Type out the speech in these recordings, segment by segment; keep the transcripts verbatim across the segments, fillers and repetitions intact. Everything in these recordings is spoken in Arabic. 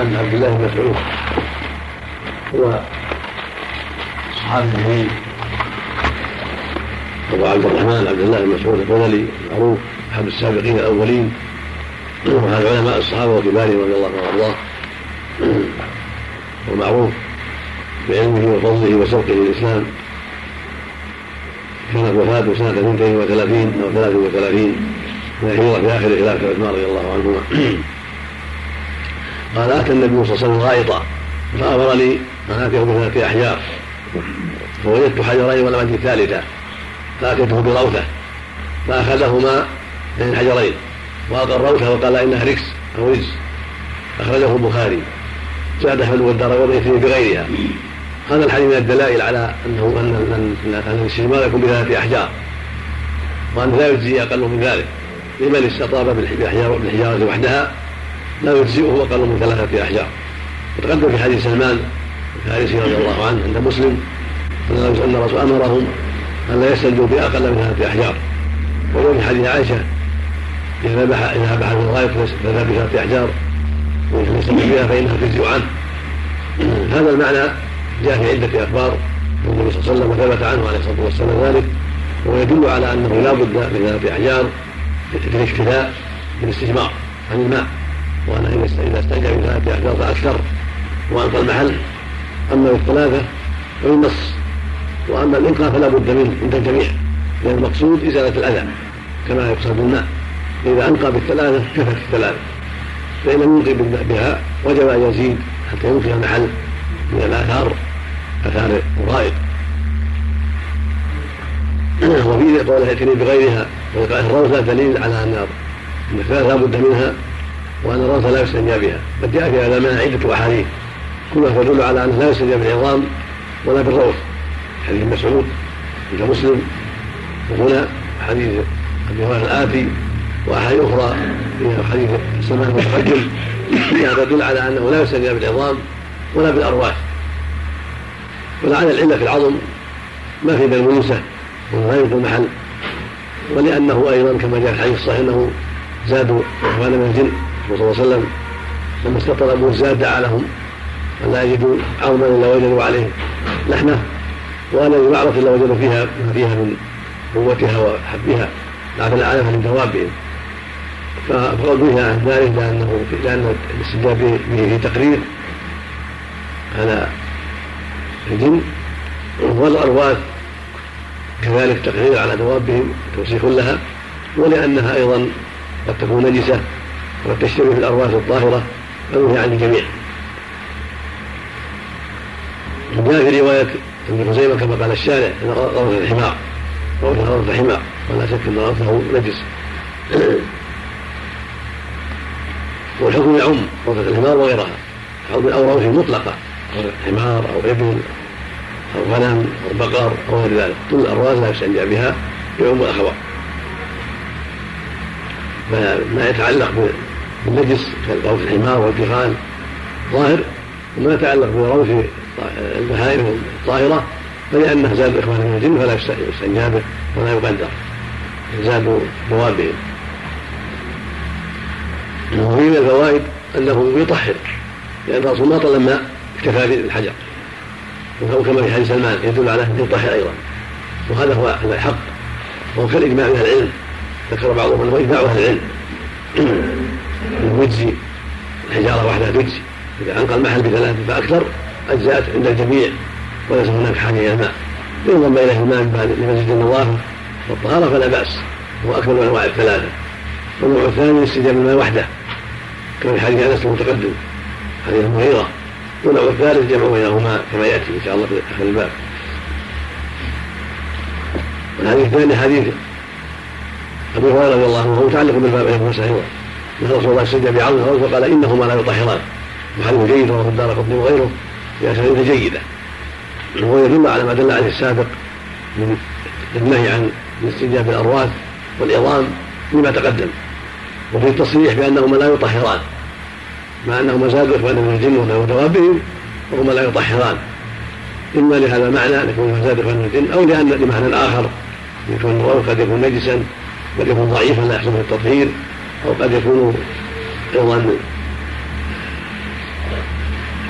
عن عبد الله بن مسعود هو صحابي جليل أبو عبد الرحمن عبد الله بن مسعود البدلي معروف أحد السابقين الأولين وعن علماء الصحابة وكبارهم رضي الله عنهم وأرضاه، ومعروف بعلمه وفضله وسبقه للإسلام. كانت وفاته سنة اثنتين وثلاثين أو ثلاث وثلاثين من الهجرة في آخر خلافة عثمان رضي الله عنهما. قال: أتى النبي صلى الله عليه وسلم غائطا فأمر لي أن آتيه بثلاثة أحجار، فوجدت حجرين ولم أجد ثالثا، فأتيته بروثة فأخذهما من الحجرين وألقى الروثة وقال إنها ركس أو رجس، أخرجه البخاري. زاد أحمد والدارقطني فيه بغيرها. هذا الحديث من الدلائل على أنه أن الاستجمار يكون بثلاثة أحجار، وأنه لا يجزي أقل من ذلك لمن استطاب بالحجارة وحدها، لا يجزئه أقل من ثلاثة أحجار. وتقدم في حديث سلمان الفارسي رضي الله عنه عند مسلم أن الرسول أمرهم أن لا يستنجوا بأقل من ثلاثة أحجار. ويقول في حديث عائشة: إذا ذبح إذا ذبح من الغائط فذهب بثلاثة أحجار وإن يستنجوا بها فإنها تجزئ عنه. هذا المعنى جاء في عدة أخبار النبي صلى الله عليه وسلم وثبت عنه عليه الصلاة والسلام ذلك، ويدل على أنه لا بد من ثلاثة أحجار في الاكتفاء بالاستجمار عن الماء، وأنه إذا استنجى بثلاثة أحجار فأكثر وأنقى المحل. أما بالثلاثة فبالنص، وأما الإنقاء فلا بد منه عند الجميع، لأن المقصود إزالة الأذى كما يقصد الماء. إذا أنقى بالثلاثة كفت الثلاثة، فإن لم ينقي بها وجب أن يزيد حتى ينقي المحل من الآثار آثار الغائط. وفي قوله ائتني بغيرها وإلقاء الروثة دليل على أن الثلاثة لا بد منها، وأن الروثة لا يستنجى بها. قد جاء في هذا المعنى عدة أحاديث كلها تدل على أنه لا يستنجى بالعظام ولا بالروث. حديث مسعود عند مسلم، وهنا حديث أبي هريرة الآتي، وأحاديث أخرى في حديث سلمان المتقدم فيها تدل على أنه لا يستنجى بالعظام ولا بالأرواث. ولعل العلة في العظم ما في بالمنسة ولا ينقل المحل، ولأنه أيضا كما جاء في الحديث الصحيح أنه زادوا إخوان من الجن صلى الله عليه وسلم لما استطلبوا الزاد دعا لهم أن لا يجدوا عظما إلا وجدوا عليه لحمه، وأن يعرف إلا وجدوا فيها ما فيها من قوتها وحبها لعل العلف من دوابهم. فقال بها عن ذلك لأنه لأن الاستجابة به في تقرير على الجن، والأرواث كذلك تقرير على دوابهم توسيخ لها، ولأنها أيضا قد تكون نجسة وقد تشتبه في الأرواث الطاهرة فنهي عن الجميع. جاء في رواية ابن خزيمة كما قال الشارع أن روث الحمار روث روث الحمار، ولا شك أن روثه نجس. والحكم يعم روث الحمار وغيرها أو روث مطلقة، حمار أو إبل أو غنم أو بقر أو غير ذلك، كل الأرواث لا يستنجى بها يعم الأخبار. فما يتعلق بالنجس كروث الحمار والدخان ظاهر، وما يتعلق بروث البهائم الطاهرة فلأنه زاد إخوان من الجن فلا يستنجى به ولا يقدر، زادوا دوابهم. وفي من الفوائد أنه يطهر، لأن الرسول ما طلب ماء اكتفى بالحجر، وكما في حديث سلمان يدل على أنه يطهر أيضا، وهذا هو الحق، وهو كالإجماع من العلم. ذكر بعضهم أنه إجماع أهل العلم أنه يجزي الحجارة واحدة تجزي، إذا أنقى المحل بثلاثة فأكثر أجزاءت عند الجميع وليس هناك حاجة إلى الماء. ينضم إليه الماء لمزيد النظافة والطهارة فلا بأس، هو أكثر من أنواع الثلاثة. والنوع الثاني استجابة الماء وحده كما في حديث أنس المتقدم حديث المغيرة. والنوع الثالث جمع بينهما كما يأتي إن شاء الله في آخر الباب. والحديث الثاني حديث أبي هريرة رضي الله عنه وهو متعلق بالباب أيضا صحيح، أن رسول الله استنجى بعظم فقال إنهما لا يطهران، وحديث جيد رواه الدارقطني وغيره بأسانيد جيدة، وهو يدل على ما دل عليه السابق من النهي عن الاستنجاء بالأرواث والعظام لما تقدم، وفي التصريح بأنهما لا يطهران مع أنهما زادوا إخوان من الجن ودوابهم وهما لا يطهران، إما لهذا المعنى أن يكون زاد إخوان من الجن، أو لأن لمعنى آخر يكون الروث قد يكون نجسا، قد يكون ضعيفا لا يحسن التطهير، أو قد يكون أيضا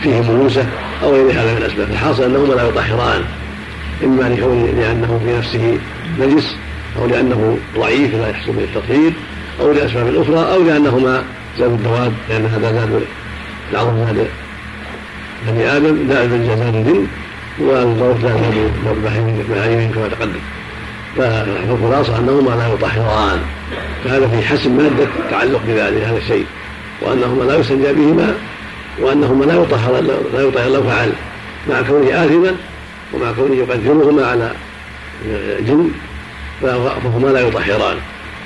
فيه ملوسة أو غير هذا من الأسباب. الحاصل أنهما لا يطهران، إما لأنه في نفسه نجس أو لأنه ضعيف لا يحصل به التطهير أو لأسباب أخرى أو لأنهما زاد الدواب لأن هذا زاد العظم زاد بني آدم لا زاد الجن والضوء لا زاد بهائم كما تقدم. فالخلاصة أنهما لا يطهران، فهذا في حسب مادة تعلق بذلك هذا الشيء، وأنهما لا يستنجى بهما، وأنهما لا يطهر لا يطهر لو فعل مع كونه آثما ومع كونه يقدرهما على جن فهما لا يطهران.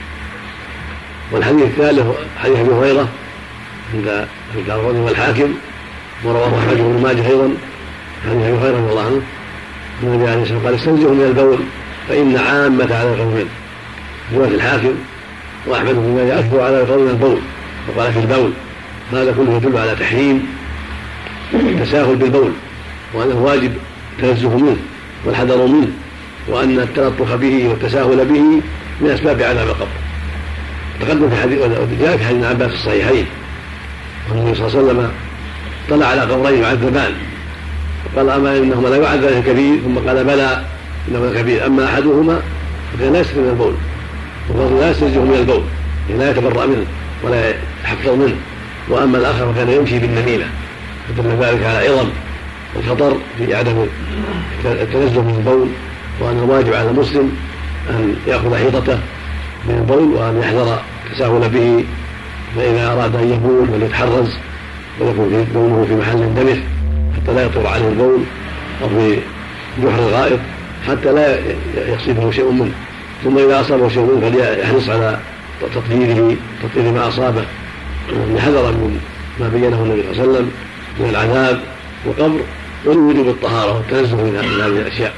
والحديث الثالث حديث أبي هريرة عند الدارقطني والحاكم ورواه أحمد بن ماجه أيضا حديث أبي هريرة رضي الله عنه أن النبي عليه الصلاة والسلام قال استنزهوا من البول فإن عامة على القول منه. رواية الحاكم وأحمد بن ماجه أكثر على القول من البول وقال في البول. هذا كله يدل على تحريم التساهل بالبول وأنه واجب التنزه منه والحذر منه، وأن التلطف به والتساهل به من أسباب عذاب القبر. تقدم في حديث جاء في حديث عباس في الصحيحين أن النبي صلى الله عليه وسلم طلع على قبرين يعذبان فقال أما إنهما لا يعذبان كبير، ثم قال بلى إنهما كبير، أما أحدهما فكان لا يستر من البول والرجل لا يستنزه من البول لا يتبرأ منه ولا يحفظ منه، وأما الآخر فكان يمشي بالنميمة فدل ذلك على عظم الخطر في عدم التنزه من البول، وأن الواجب على المسلم أن يأخذ حيطته من البول وأن يحذر التساهل به، فإذا أراد أن يبول وليتحرز ويكون بوله في محل دمث حتى لا يطر عليه البول أو في جحر الغائط حتى لا يصيبه شيء منه، ثم إذا أصابه شيء منه فليحرص على تطهيره تطهير ما أصابه لحذر من ما بينه النبي صلى الله عليه وسلم من العذاب والقبر ولوجوب الطهارة والتنزه من هذه الأشياء.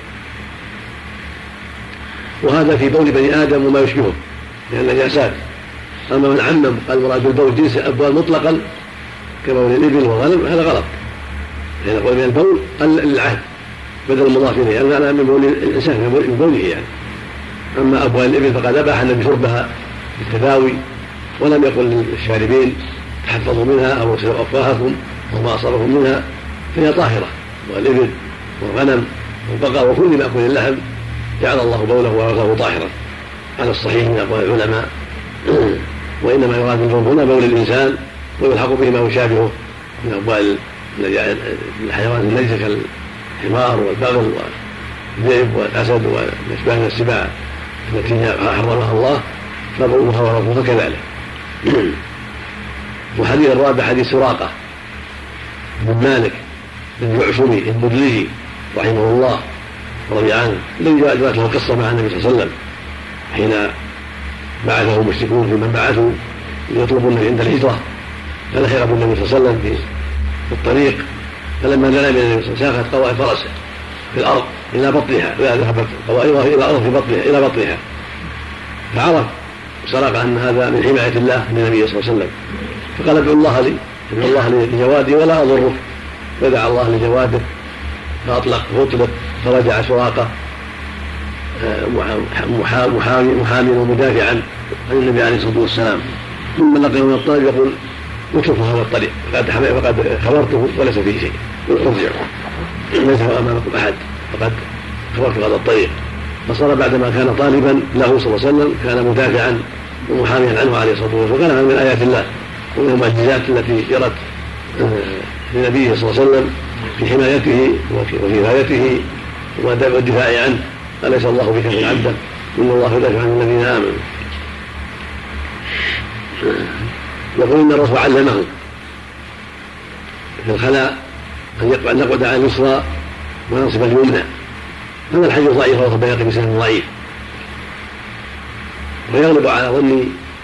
وهذا في بول بني آدم وما يشبهه من النجاسات. أما من عمم قال مراد البول جنس الأبوال مطلقا كبول الإبل والغنم هذا غلط، لأن يعني من البول العهد بدل المضاف إليه يعني أنا من بول الإنسان من بوله يعني. أما أبوال الإبل فقد أباح النبي شربها بالتداوي ولم يقل للشاربين تحفظوا منها أو اغسلوا أفواهكم وما أصابهم منها، فهي طاهرة. والإبل والغنم والبقر وكل مأكل اللحم جعل الله بوله وغسله طاهرا على الصحيح من أقوال العلماء. وإنما يراد بالبول هنا بول الإنسان ويلحق به ما يشابهه من أبوال الحيوان النجسة كالحمار والبغل والذئب والأسد والأشباه من السباع التي حرمها الله فبولها ورفضها كذلك. وحديث الرابع حديث سراقة بن مالك بن يعشمي المدلجي رحمه الله رضي عنه الذي جاءت له قصة مع النبي صلى الله عليه وسلم حين بعثه المشركون في من بعثوا ليطلبوا النبي عند الهجرة، فلحق بالنبي صلى الله عليه وسلم في الطريق، فلما دنا من النبي صلى الله عليه وسلم ساقت قوائم فرسه في الأرض إلى بطنها، ذهبت قوائمها إلى الأرض في بطنها إلى بطنها فعرف سرق أن هذا من حماية الله للنبي صلى الله عليه وسلم، فقال ادعو الله لي ادعو الله لجوادي ولا أضرك، فدعا الله لجواده فأطلق فأطلق فرجع سراقة محامي ومدافعا عن النبي عليه الصلاة والسلام. ثم لقيه من الطريق يقول اتركوا هذا الطريق فقد فقد خبرته وليس فيه شيء ارجعوا ليس امامكم احد فقد خبرت هذا الطريق. فصار بعدما كان طالبا له صلى الله عليه وسلم كان مدافعا ومحاميا عنه عليه الصلاة والسلام، وكان من آيات الله ومن المعجزات التي جرت لنبيه صلى الله عليه وسلم في حمايته وفي غايته والدفاع عنه. أليس الله بكف عبده إن الله يدافع عن الذين آمنوا. يقول إن الرسول علمه في الخلاء أن يقعد على اليسرى وينصب اليمنى. هذا الحديث ضعيف رواه البيهقي بسند ضعيف، ويغلب على ظني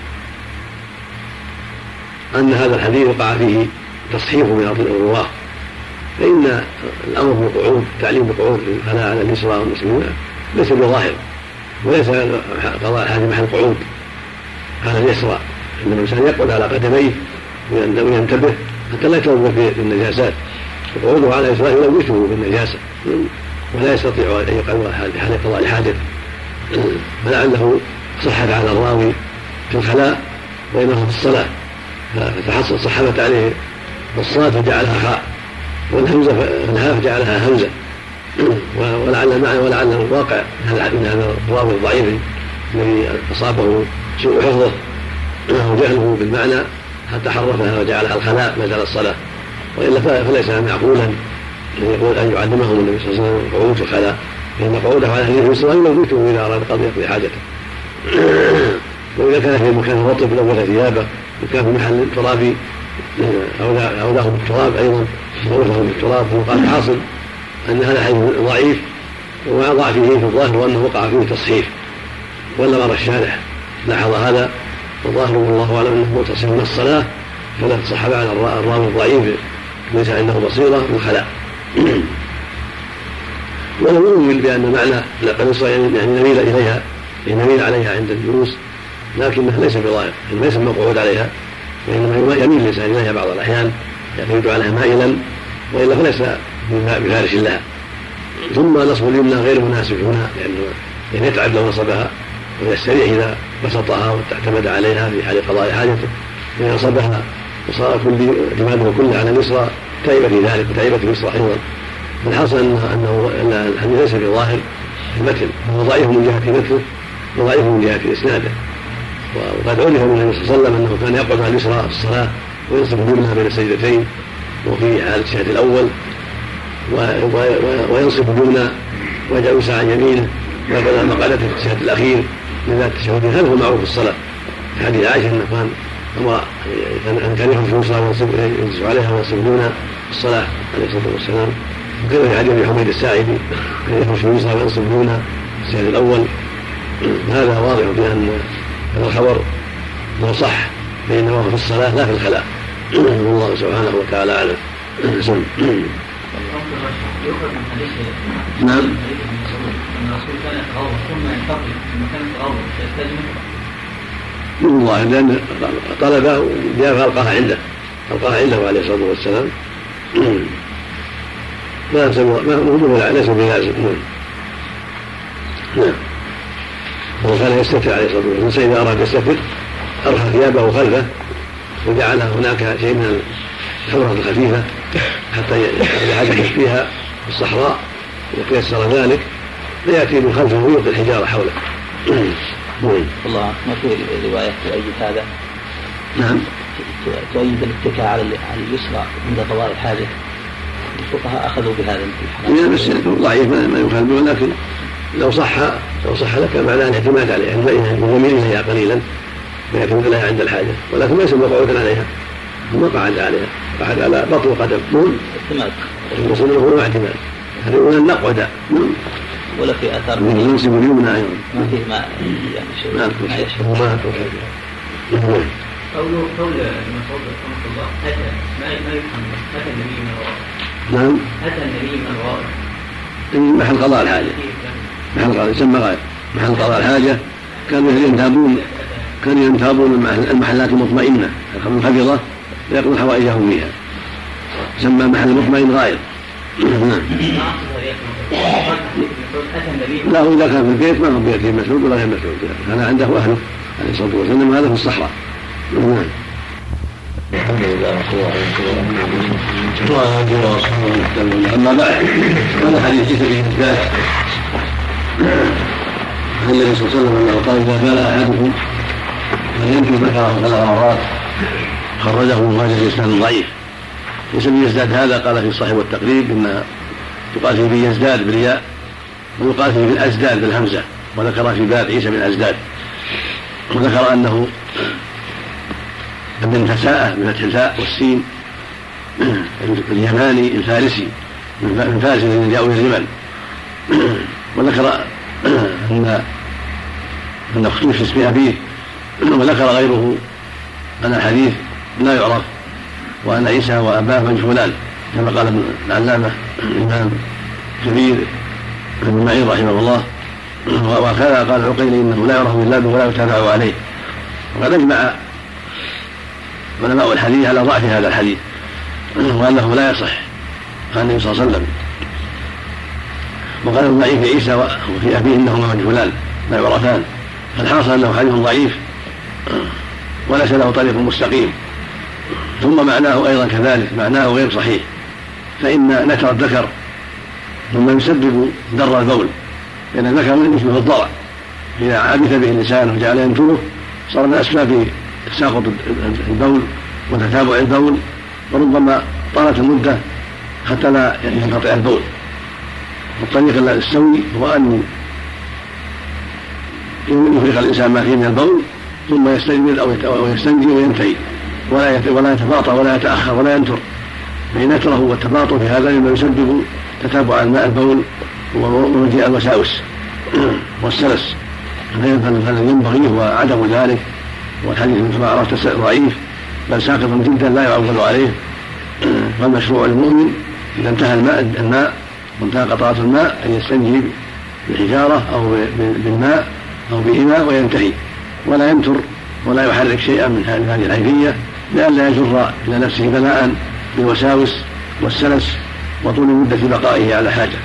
أن هذا الحديث وقع فيه تصحيح من الرواه، فإن الأمر بالقعود التعليم بالقعود في الخلاء على اليسرى واليمنى ليس بظاهر، وليس قضاء الحاجة محل القعود على اليسرى، إن الإنسان يقعد على قدميه وينتبه حتى لا يتلوث بالنجاسات، وقعوده على يسراه يلوثه بالنجاسة ولا يستطيع أن يقعد حال قضاء حاجته، فلعله صحت على الراوي في الخلاء بينه في الصلاة فتحصل صحبت عليه الصلاة فجعلها خاء والهمزة فالهاء جعلها همزة، ولعل المعنى ولعل الواقع من هذا الراوي الضعيف الذي أصابه سوء حفظه وجهله بالمعنى حتى حرفها وجعلها الخلاء بدل الصلاة، وإلا فليس معقولا أن يقول أن يعلمهم النبي صلى الله عليه وسلم قعود الخلاء، لأن قعوده على أهله الصلاة يموته إذا أراد قضاء يقضي حاجته. وإذا كان في مكان رطب لوث ثيابه، وكان في محل ترابي أوداه بالتراب أيضا لوثه بالتراب، وقال حاصل أن هذا حديث ضعيف ومع ضعفه في الظاهر وأنه وقع فيه تصحيف، ولا مر الشارح لاحظ هذا، والظاهر والله أعلم أنه متصل من الصلاة فلا تصح بعد الراوي الضعيف ليس عنده بصيرة والخلاء. ولو يؤمن بأن معنى القنصة يعني نميل إليها نميل عليها عند الجلوس، لكنه ليس بظاهر، ليس مقعود عليها، وإنما يميل الإنسان إليها بعض الأحيان يعتمد عليها مائلا، وإلا فليس بفارش لها. ثم نصب اليمنى غير مناسب هنا، لأنه يعني يتعب لو نصبها، ويستريح إذا بسطها واعتمد عليها في حال قضاء حاجته. إذا نصبها وصار كل اعتماده كله على اليسرى تعب في ذلك وتعبت اليسرى أيضا. فالحاصل أنه أن الحديث ليس بظاهر المتن، هو ضعيف من جهة متنه وضعيف من جهة إسناده. وقد عرف من النبي صلى الله عليه وسلم أنه كان يقعد على اليسرى في الصلاة وينصب اليمنى بين السجدتين وفي حال التشهد الأول، وينصب اليمنى ويجعل ساعة يمينه ويقعد مقعدته في التشهد الأخير من ذات التشهد. هذا هو معروف في الصلاة في حديث عائشة أنه كان أمر أن كان يخرج في اليسرى وينصب عليها وينصب اليمنى في الصلاة عليه الصلاة والسلام. وكذا في حديث أبي حميد الساعدي كان يخرج في اليسرى وينصب اليمنى في التشهد الأول. هذا واضح بأن هذا الخبر لو صح فإنه في الصلاة لا في الخلاء، والله سبحانه وتعالى أعلم. نعم. من الله لأن طلبه جاء فألقاها عنده ألقاها عنده عليه الصلاة والسلام، ما ما ليس بلازم. نعم. هو كان يستتر عليه الصلاة والسلام، الإنسان إذا أراد يستتر أرخى ثيابه خلفه وجعل هناك شيء من الحمرة الخفيفة حتى يحدث فيها في الصحراء، وتيسر ذلك فيأتي من خلفه ويلقي الحجارة حوله. الله ما في رواية تؤيد هذا؟ نعم. تؤيد الاتكاء على اليسرى عند قضاء الحاجة. الفقهاء أخذوا بهذا الحديث. بس ضعيف ما يخالف، ولكن لو صح لو صح لك معناه الاعتماد عليه، يعني يميل إليها قليلا ويعتمد عليها عند الحاجة، ولكن ليس مقعودا عليها، ما قعد عليها، قعد على بطن وقدم نون اعتماد، المصنف هو اعتماد، هذا يقول أن نقعد ولا في أثر ينسب اليمنى أيضا ما فيه ما يعني شيء ما ما ما قول قول المسعود رحمه الله أتى ما ما يفهم أتى النبي من الوراء. نعم. أتى النبي من الوراء. محل قضاء الحاجة، محل قضاء يسمى غاية محل قضاء الحاجة. كانوا ينتابون كانوا ينتابون المحلات المطمئنة الخفيضة ويقضون حوائجهم فيها، يسمى محل مطمئن غاية. لا هو إذا كان في البيت ما هو بيت مسعود ولا غير مسعود، هذا عنده أهله عليه الصلاة والسلام، هذا في الصحراء. نعم. الحمد لله والصلاة والسلام. أما بعد هذا حديث جئت به الزاد عن النبي صلى الله عليه وسلم أنه قال إذا بال أحدكم فليمكن ذكره ثلاث مرات، خرجه ابن ماجه بإسناد ضعيف. ليس بيزداد هذا قال في الصحيح والتقريب إن يقال فيه بيزداد بالياء ويقال فيه بالأزداد بالهمزة، وذكر في باب عيسى بن أزداد، وذكر أنه ابن فساءة بفتح الفاء والسين اليماني الفارسي من فارس الذين جاءوا إلى اليمن، وذكر أن أن اختلف في اسم أبيه، وذكر غيره أن الحديث لا يعرف وأن عيسى وأباه مجهولان كما قال العلامة الإمام كبير ابن معين رحمه الله، وكذا قال العقيلي إنه لا يعرف بالله ولا يتابع عليه. وقد أجمع علماء الحديث على ضعف هذا الحديث وأنه لا يصح عن النبي صلى الله عليه وسلم. وقال الضعيف في عيسى وفي أبيه إنهما مجهولان لا يعرفان، فالحاصل أنه حديث ضعيف وليس له طريق مستقيم. ثم معناه أيضا كذلك معناه غير صحيح، فإن نتر الذكر مما يسبب در البول، لأن الذكر يشبه الضرع، إذا عبث به الإنسان وجعل ينتره صار من أسباب تساقط البول وتتابع البول، وربما طالت المدة حتى لا ينقطع البول. والطريق السوي هو أن يفرغ الإنسان ما فيه من البول ثم يستجمل أو يستنجي وينتهي، ولا يتباطأ ولا يتأخر ولا ينتر، فإن نتره والتباطؤ في هذا مما يسبب تتابع الماء البول ومجيء الوساوس والسلس، فالذي ينبغي هو عدم ذلك. والحديث كما عرفت ضعيف بل ساقط جدا لا يعول عليه. فالمشروع للمؤمن إذا انتهى الماء الماء وانتهى قطرات الماء أن يستنجي بحجارة أو بالماء أو بإناء وينتهي، ولا ينتر ولا يحرك شيئا من هذه الحيثية لئلا يجر إلى نفسه بلاء بالوساوس والسلس وطول مدة بقائه على حاجة.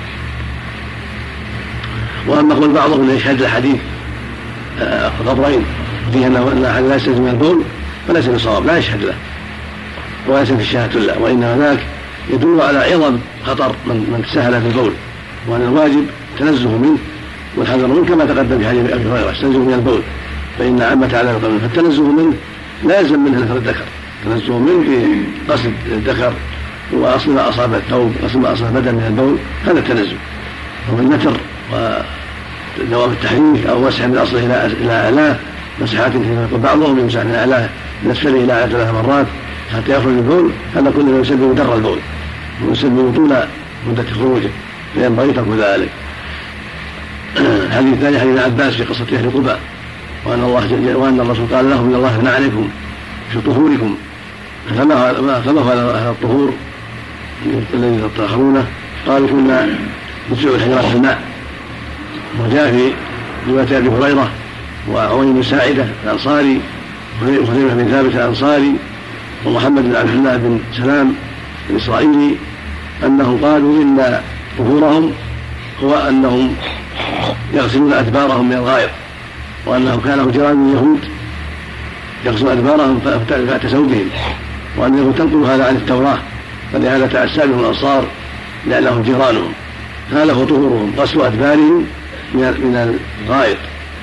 وأما قول بعضهم يشهد الحديث قبرين فيه أن أحد لا يستجمع البول فليس بصواب، لا يشهد له وليس في الشهادة له، وإنما ذاك يدل على عظم خطر من, من تساهل في البول، وأن الواجب تنزه منه والحذر منه كما تقدم في حديث أبي هريرة استنزه من البول فإن عامة على القلب، فالتنزه منه لا يلزم منه نثر الذكر، التنزه منه في قصد الذكر وأصل ما أصاب الثوب وأصل ما أصاب البدن من البول هذا التنزه. ومن نتر ودوام التحريك أو مسح من أصله إلى أعلاه مسحات كما يقول بعضهم يمسح من أعلاه من أسفله إلى أعلاه ثلاث مرات حتى يخرج البول، هذا كله يسبب در البول ويسبب طول مدة خروجه، فينبغي ترك ذلك. الحديث الثاني حديث عباس في قصة أهل قباء وأن الله وأن الرسول قال لهم إن الله نعلكم في طهوركم، فما هو هذا الطهور الذي تطهرونه؟ قالوا كنا نسوء الحجرات في الماء. وجاء في رواية أبي هريرة وعوين بن ساعدة الأنصاري وخزيمة بن ثابت الأنصاري ومحمد بن عبد الله بن سلام الإسرائيلي أنهم قالوا إن طهورهم هو أنهم يغسلون أدبارهم من الغائط، وأنه كان جيران من اليهود يغسلون أدبارهم فأتسوا بهم، وأنه تنقل هذا عن التوراة، فلهذا تأسى بهم الأنصار لأنهم جيرانهم. هذا هو طهورهم غسل أدبارهم من الغائط.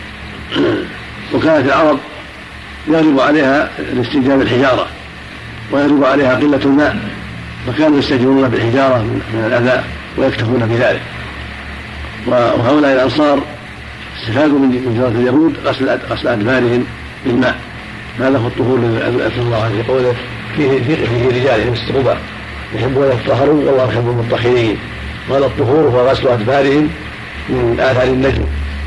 وكانت العرب يغلب عليها الاستنجاء بالحجارة ويغلب عليها قلة الماء، فكانوا يستجيرون بالحجارة من الأذى ويكتفون بذلك. وهؤلاء الأنصار استفادوا من جيران اليهود غسل أدبارهم بالماء. هذا هو الطهور الذي أثنى الله عليه قوله فيه فيه رجال استغباء يحبون يتطهرون والله يحب المطهرين، وهذا الطهور هو غسل أدبارهم من آثار النجم.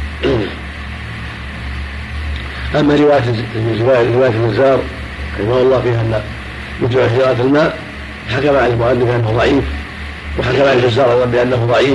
أما رواية رواية النزار رحمه الله فيها أن مجموع حجارات الماء حكم على المؤلف أنه ضعيف، وحكم على النزار أيضا بأنه ضعيف،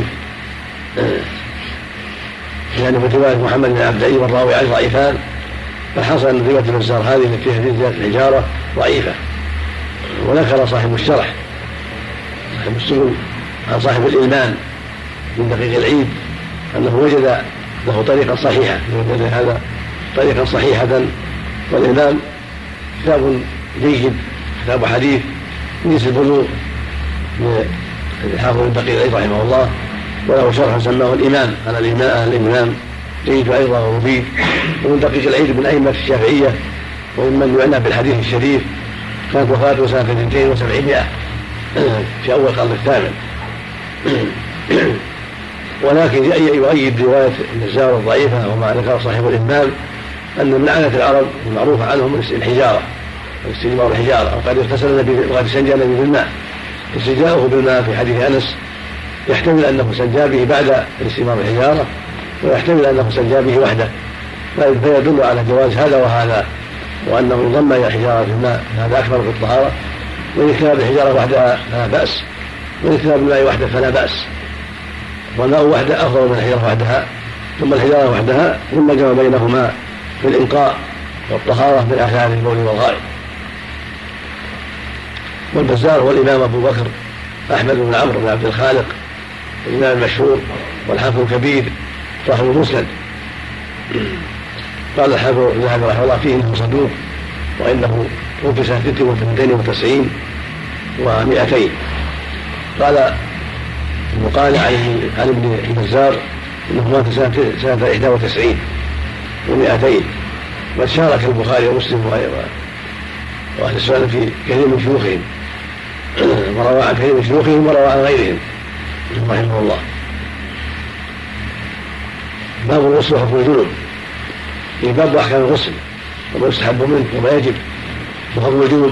يعني في رواية محمد بن عبد العزيز والراوي عليه ضعيفان، فحصل أن رواية النزار هذه التي فيها زيادة الحجارة ضعيفة. وذكر صاحب الشرح صاحب السبل عن صاحب الإيمان من دقيق العيد أنه وجد له طريقا صحيحة، وجد هذا طريقا صحيحة. والإمام كتاب جيد، كتاب حديث نيس البلوغ للحافظ بن دقيق العيد رحمه الله، وله شرح سماه الإمام على الإمام جيد أيضا ومفيد. ومن دقيق العيد من أئمة الشافعية وممن يعنى بالحديث الشريف، كانت وفاته سنة اثنتين وسبعمائة في أول القرن الثامن. ولكن يؤيد رواية النزار الضعيفة وما ذكر صاحب الإمام أن من عادة العرب المعروف عنهم الحجارة الاستجمار الحجارة، أو قد اغتسل النبي وقد استنجى النبي بالماء. استنجاؤه بالماء في حديث أنس يحتمل أنه استنجى به بعد الاستجمار الحجارة، ويحتمل أنه استنجى به وحده، فيدل على جواز هذا وهذا، وأنه انضم إلى حجارة الماء هذا أكبر في الطهارة. والاكتفاء بالحجارة وحدها فلا بأس، والاكتفاء بالماء وحده فلا بأس، والماء وحده أفضل من الحجارة وحدها، ثم الحجارة وحدها، ثم جمع بينهما في الإنقاء والطهارة من آثار البول والغائط. والبزار هو الإمام أبو بكر أحمد بن عمرو بن عبد الخالق الإمام المشهور والحافظ الكبير صاحب المسند. قال الحافظ الذهبي رحمه الله فيه إنه صدوق، وإنه توفي سنة ست وثنتين وتسعين ومائتين، قال المقال عن ابن البزار انه مات سنه احدى وتسعين ومائتين، قد شارك البخاري ومسلم واهل السنن في كثير من شيوخهم، وروى عن كثير من شيوخهم وروى عن غيرهم رحمه الله. باب الغسل وحكم الجنوب، في باب احكام الغسل وما يستحب منه وما يجب، وحكم الجنوب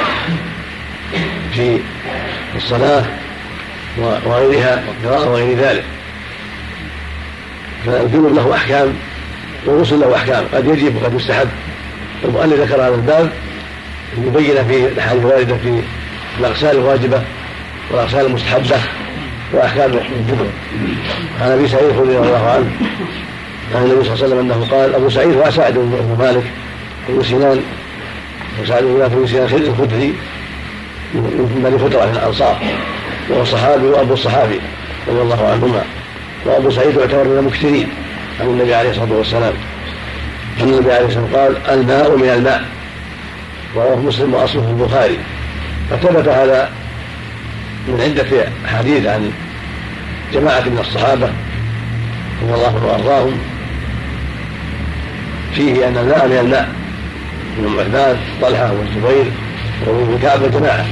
في الصلاه وغيرها والقراءه وغير ذلك. فالجنوب له احكام والغسل له احكام، قد يجب وقد يستحب. المؤلف ذكر هذا الباب يبين فيه الاحاديث الوارده في الاغسال الواجبه والاغسال المستحبه واحكام الجنوب. عن ابي سعيد رضي الله عنه عن النبي صلى الله عليه وسلم انه قال، ابو سعيد هو سعد بن مالك بن سنان، وسعد بن مالك بن سنان الخدري من بني خدره من الانصار، وهو صحابي وابو الصحابي رضي الله عنهما. وابو سعيد يعتبر من المكثرين عن النبي عليه الصلاه والسلام، أن النبي عليه الصلاه والسلام قال الماء من الماء، رواه مسلم واصله في البخاري. فثبت هذا من عده حديث عن جماعه من الصحابه رضي الله عنهم وارضاهم فيه ان الماء من الماء، من عثمان طلحه والزبير وابن كعب وجماعه.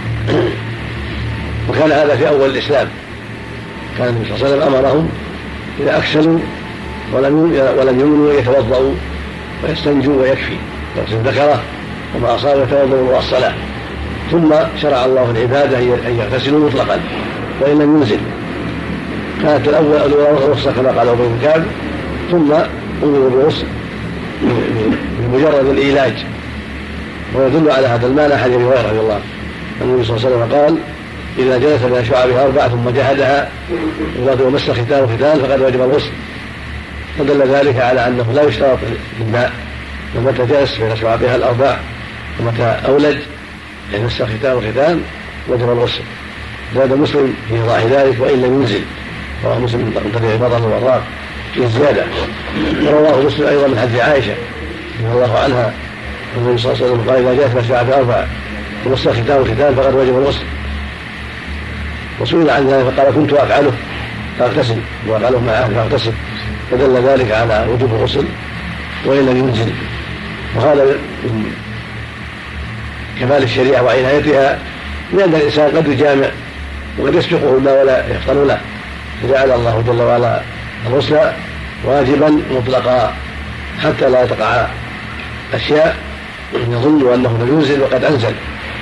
وكان هذا في اول الاسلام، كان النبي صلى الله عليه وسلم امرهم اذا اكسلوا ولم يمنوا يتوضأوا ويستنجوا ويكفي، يغسل ذكره وما اصاب يتوضأوا الصلاه. ثم شرع الله العباده ان يغتسلوا مطلقا وان لم ينزل. كانت الاول الرخصه كما قال ابو كعب، ثم امروا بالغسل بمجرد الايلاج. ويدل على هذا المعنى حديث ابي هريره رضي الله عنه النبي صلى الله عليه وسلم قال اذا جلس بين شعبها اربعه ثم جحدها ومس ختان ختان فقد وجب الغسل. فدل ذلك على انه لا يشترط الماء، ومتى جلس بين شعبها الاربع ومتى اولج يعني مس ختان ختان وجب الغسل. زاد مسلم في ايضاح ذلك وان لم ينزل، رواه مسلم من طريق بطن والراق في الزياده. ورواه مسلم ايضا من حديث عائشه رضي الله عنها النبي صلى الله عليه وسلم قال اذا جلس بين شعبها اربع ومس ختان ختان فقد وجب الغسل. وسئل عن ذلك فقال كنت افعله فاغتسل وافعله معه فاغتسل، فدل ذلك على وجوب الغسل وان لم ينزل. وهذا من كمال الشريعه وعنايتها، لان الانسان قد يجامع وقد يسبقه الماء ولا يفطن له، فجعل الله جل وعلا الغسل واجبا مطلقا حتى لا تقع اشياء يظن انه لم ينزل وقد انزل.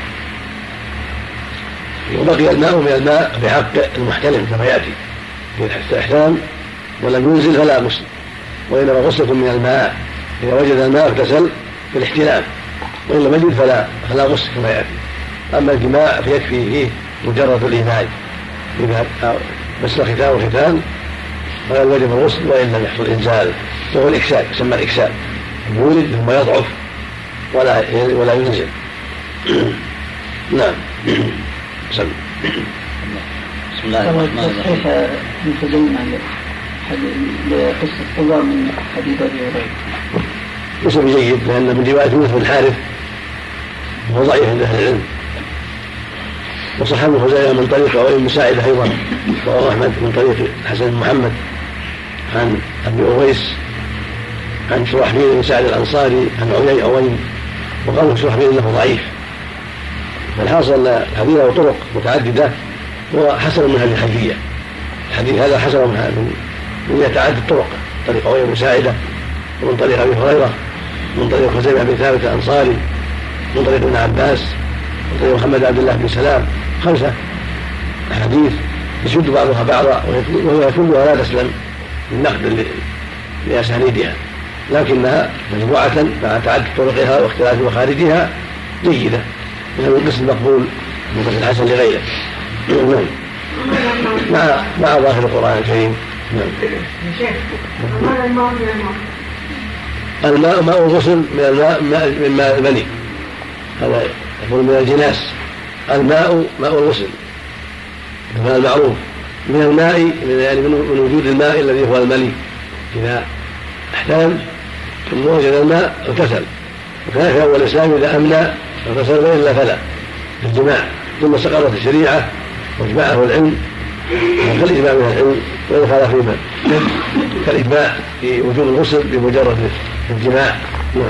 وبقي الماء من الماء في حق المحتلم كما ياتي في الاحتلام ولم ينزل فلا غسل، وانما غسلة من الماء اذا وجد الماء اغتسل في الاحتلام، وان لم يجد فلا فلا غسل كما ياتي. اما الجماع فيكفي فيه مجرد الايلاج، اذا مس ختان وختان فقد وجب الغسل وان لم يحصل انزال، وهو الاكسال يسمى الاكسال، يولد ثم يضعف ولا ولا ينزل. نعم. بسم الله الرحمن الرحيم. كيف نتكلم عن قصة قضاء من حديث أبي هريرة؟ اسم جيد لأن من رواية يوسف بن الحارث وهو ضعيف عند أهل العلم، وصح ابن خزيمة من طريق أوين بن ساعدة أيضا، ورواه أحمد من طريق حسن بن محمد عن أبي أويس عن شرحبيل بن سعد الأنصاري عن عيي أوين، وقال شرحبيل أنه ضعيف. فالحاصل أن الحديث له طرق متعددة وحسن من هذه الحديثية. الحديث هذا حسن من من يتعدد الطرق، طريق عيي بن ساعدة، ومن طريق أبي هريرة، من طريق خزيمة بن ثابت الأنصاري، من طريق ابن عباس، من طريق محمد عبد الله بن سلام. خمسة أحاديث يشد بعضها بعضا، وهي كلها لا تسلم من نقد لأسانيدها، لكنها مجموعة مع تعدد طرقها واختلاف مخارجها جيدة، من القسم المقبول من قسم الحسن لغيره. مع مع ظاهر القرآن الكريم. الماء ماء الغسل من الماء من ماء المني، هذا يقول من الجناس. الماء ماء الغسل هذا المعروف، من الماء يعني من وجود الماء الذي هو المني. إذا احتلم ثم وجد الماء اغتسل، وكان في أول الإسلام إذا أمنى اغتسل وإلا فلا في الجماع. ثم سقطت الشريعة واجماعه العلم كالاجماع من العلم ولا خلاف فيما كالاجماع في وجوب الغسل بمجرد الجماع. نعم.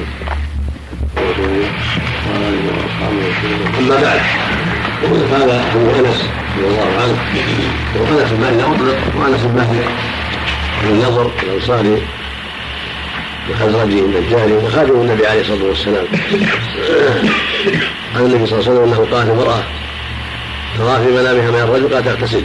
اما بعد هذا ابو انس رضي الله عنه وانس بن مالك اطلق وانس بن مالك بن النضر الانصاري الخزرجي النجاري وخادم النبي عليه الصلاه والسلام عن النبي صلى الله عليه وسلم انه قال لامراه ترى في منامها من الرجل قال تغتسل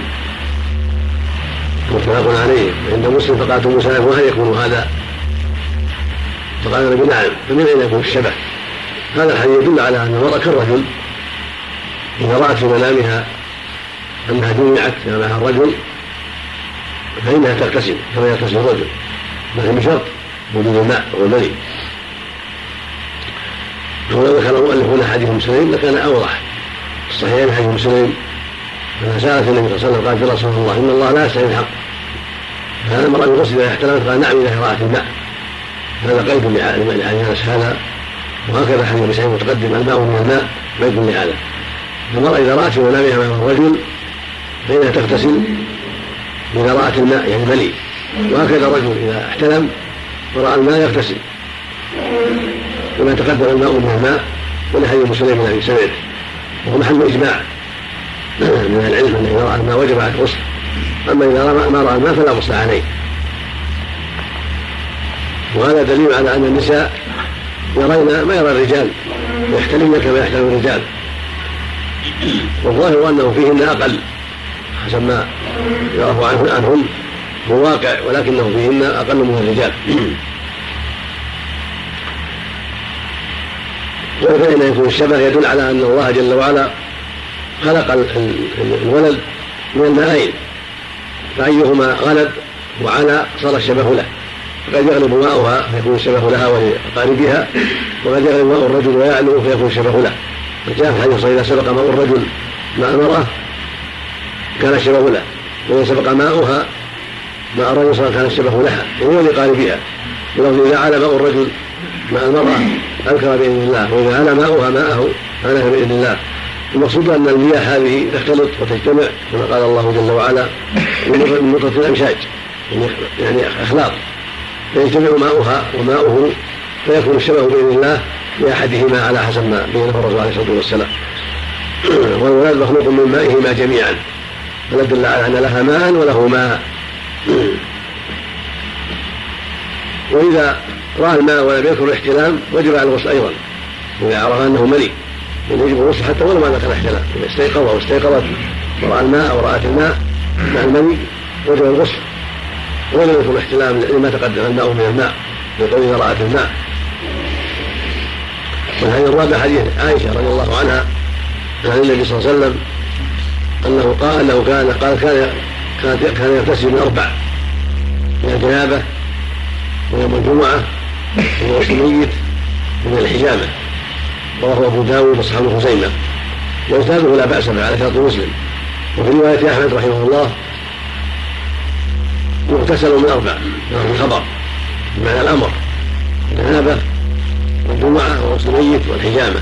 متفق عليه عند مسلم فقالت ام سلمة وهل يكون هذا؟ فقال النبي نعم. فمن اين يكون الشبه؟ هذا الحديث يدل على ان المراه كالرجل اذا رات في منامها انها جمعت معها الرجل فانها تغتسل كما يغتسل الرجل لكن بشرط وجود الماء والمني. ولو ذكر المؤلف هنا حديث ام سليم لكان اوضح. الصحيحين حديث ام سليم لما سالت النبي صلى الله عليه وسلم قالت يا رسول الله ان الله لا يستحي الحق. هذا المرأة يغسل اذا احتلمت قال نعم اذا رأت الماء. هذا قيد لحديث انس هذا وهكذا حديث ابي سعيد متقدم الماء من الماء قيد لهذا. المرأة اذا رأت في منامها مع الرجل فإنها تغتسل اذا رأت الماء يعني مني. وهكذا الرجل اذا احتلم ورأى الماء يغتسل كما تقدم الماء من الماء ولحديث مسلم من ابي سعيد وهو محل اجماع من العلم انه اذا راى الماء وجب على الغسل. اما اذا ما راى الماء فلا غسل عليه. وهذا دليل على ان النساء يرين ما يرى الرجال ويحتلمن كما يحتلم الرجال. والظاهر انه فيهن اقل حسب ما يعرف عنهم هو واقع ولكنه فيهن اقل من الرجال. وفإن يكون الشبه يدل على أن الله جل وعلا خلق الولد من الماءين فأيهما غلب وعلى صار الشبه له. فقد يغلب ماؤها فيكون الشبه لها ولأقاربها وقد يغلب ماء الرجل ويعلو فيكون الشبه له. فجاء في الحديث إذا سبق ماء الرجل ماء المرأة كان الشبه له وإذا سبق ماؤها ماء الرجل صار كان الشبه لها وهو لقاربها. ولو إذا على ماء الرجل ماء المرأة أذكر بإذن الله وإذا على ماؤها ماءه فعلها بإذن الله. المقصود أن المياه هذه تختلط وتجتمع كما قال الله جل وعلا من نقطة الأمشاج يعني أخلاط فيجتمع ماؤها وماؤه فيكون الشبه بإذن الله لأحدهما على حسب ما بينه الرسول عليه الصلاة والسلام. والولد مخلوق من مائهما جميعا فدل على أن لها ماء وله ماء. وإذا رأى الماء ولم يذكر الاحتلام وجب على الغسل أيضا. وإذا عرف أنه ملي يجب الغسل حتى ولو ما ذكر الاحتلام. إذا استيقظ أو استيقظت ورأى الماء أو رأت الماء مع المني وجب الغسل ولم يذكر الاحتلام لما تقدم الماء من الماء لقول إذا رأت الماء. والحديث الرابع حديث عائشة رضي الله عنها عن النبي صلى الله عليه وسلم أنه قال أنه كان قال كان كان يغتسل من أربع من الجنابة ويوم الجمعة وغسل الميت من الحجامة. رواه أبو داود وأصحاب خزيمة وإسناده لا بأس به على شرط مسلم. وفي رواية أحمد رحمه الله يغتسل من أربع من الخبر بمعنى الأمر الجنابة والجمعة وغسل الميت والحجامة.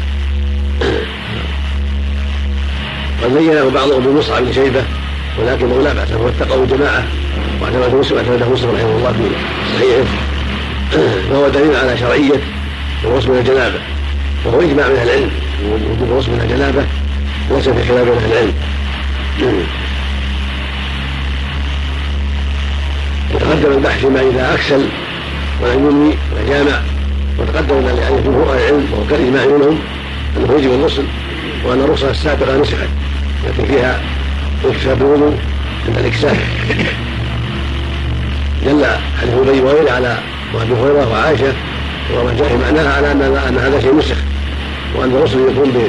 قد بينه بعضهم بمصعب بن شيبة ولكنه لا بأس هو اتقوا جماعة واعتمد مسلم اعتمده مسلم رحمه الله في صحيحه فهو دليل على شرعية الغسل من الجنابة وهو إجماع من أهل العلم وجود الغسل من الجنابة ليس في خلاف بين أهل العلم. وتقدم البحث فيما إذا أكسل ولم ينوي وجامع وتقدم أن جمهور أهل العلم وهو كالإجماع منهم أنه يجب الغسل وأن الرخصة السابقة نسخت التي فيها اكتساب الوضوء عند الإكسال. دل حديث أبي وغيره على وأبي هريرة وعائشة ومن جاء معناها على أن هذا شيء نسخ وأن الغسل يكون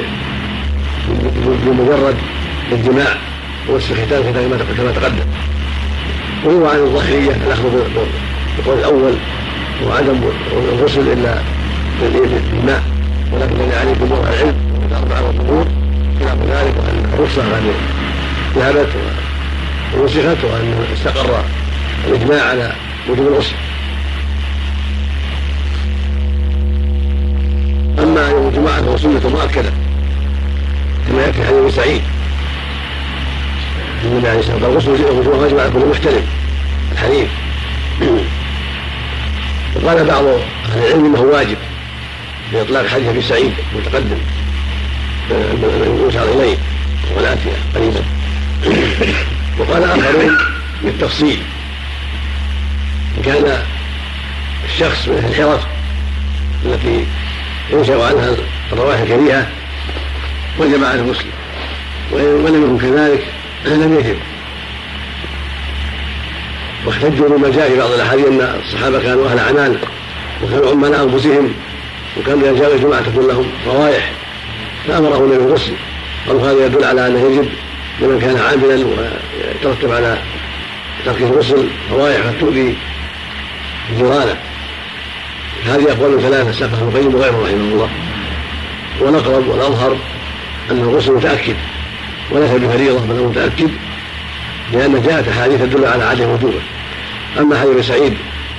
بمجرد الجماع والختان كما تقدم. وهو عن الظاهرية الأخذ بالقول الأول وعدم الغسل إلا بالماء ولكن الذي عليه جمهور العلم أربعة والظهور خلاف ذلك وأن الرخصة قد ذهبت ونسخت وأن استقر الإجماع على وجوب الغسل. أما يوم الجمعة فهو سنة مؤكدة كما يأتي حديث سعيد النبي عليه الصلاه والسلام غسل الوجوه واجب على كل محتلم الحديث. وقال بعض اهل العلم انه واجب باطلاق حديث ابي سعيد متقدم يشار اليه والاتي قريبا. وقال اخرون بالتفصيل ان كان الشخص من الحرف التي ينشا عنها الروائح الكريهه وجب على المسلم، ولم يكن كذلك لم يجب. واحتجوا بما جاء في بعض الاحاديث ان الصحابه كانوا اهل اعمال وكانوا عمال انفسهم وكانوا اذا جاءوا الجمعه تكون لهم روائح فامره النبي بالغسل. قالوا هذا يدل على انه يجب لمن كان عاملا ويترتب على ترك الغسل روائح قد تؤذي جيرانه. هذه اقوال ثلاثه ساقها ابن القيم وغيره رحمه الله. والاقرب والاظهر ان الغسل متاكد وليس بفريضه بل هو متاكد، لان جاءت احاديث تدل على عدم وجوبه. اما حديث سعيد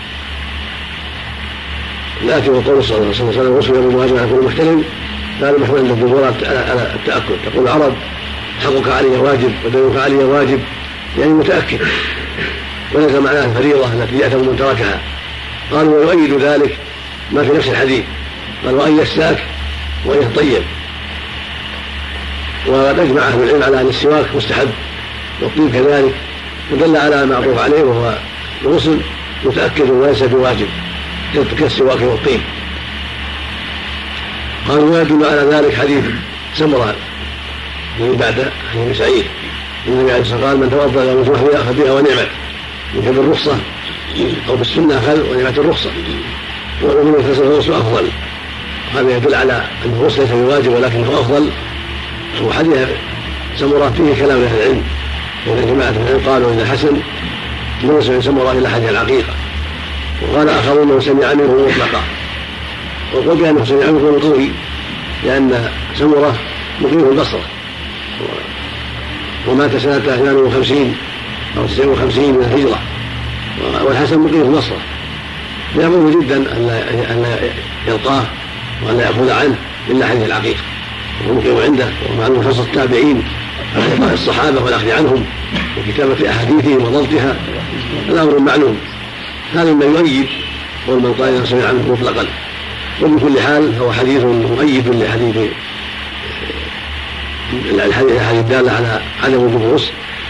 الاتي وقول صلى الله عليه وسلم الغسل يوم واجب على كل محتلم، فهذا محمل عند الجمهور على التاكد. تقول العرب حقك علي واجب ودينك علي واجب، يعني متاكد وليس معناه الفريضه التي يأثم من تركها. قالوا ويؤيد ذلك ما في نفس الحديث، قال وان يستاك وان يطيب. وقد اجمع اهل العلم على ان السواك مستحب والطيب كذلك، ودل على ما معروف عليه وهو الغسل متاكد وليس بواجب كالسواك والطيب. قالوا ويدل على ذلك حديث سمره الذي بعد حديث سعيد النبي عليه الصلاه والسلام قال من توضا يوم الجمعه فبها ونعمت، يمكن بالرخصه او بالسنه اخذ ونعمت الرخصه، ومن يغتسل الغسل افضل. هذا يدل على ان الغسل ليس بواجب ولكنه افضل. وحديث سمره فيه كلام اهل العلم، وان جماعه العلم قالوا ان حسن لم يسمع سمره الا حديث العقيقه. وقال اخرون انه سمع منه مطلقا، وقل بانه سمع منه من قوي لان سمره مقيم البصره ومات سنه ثمان وخمسين او تسع وخمسين من الهجره، والحسن مقيم البصره. يعظم جدا ان لا يلقاه وان لا ياخذ عنه الا حديث العقيقه، ومقيم عنده ومعلوم خاصه التابعين على لقاء الصحابه والاخذ عنهم وكتابه احاديثهم وضبطها، الامر معلوم. هذا ما يؤيد قول من قال انه سمع عنه مطلقا. وبكل حال هو حديث مؤيد لحديث الحديث الداله على عدم وجوب الغسل.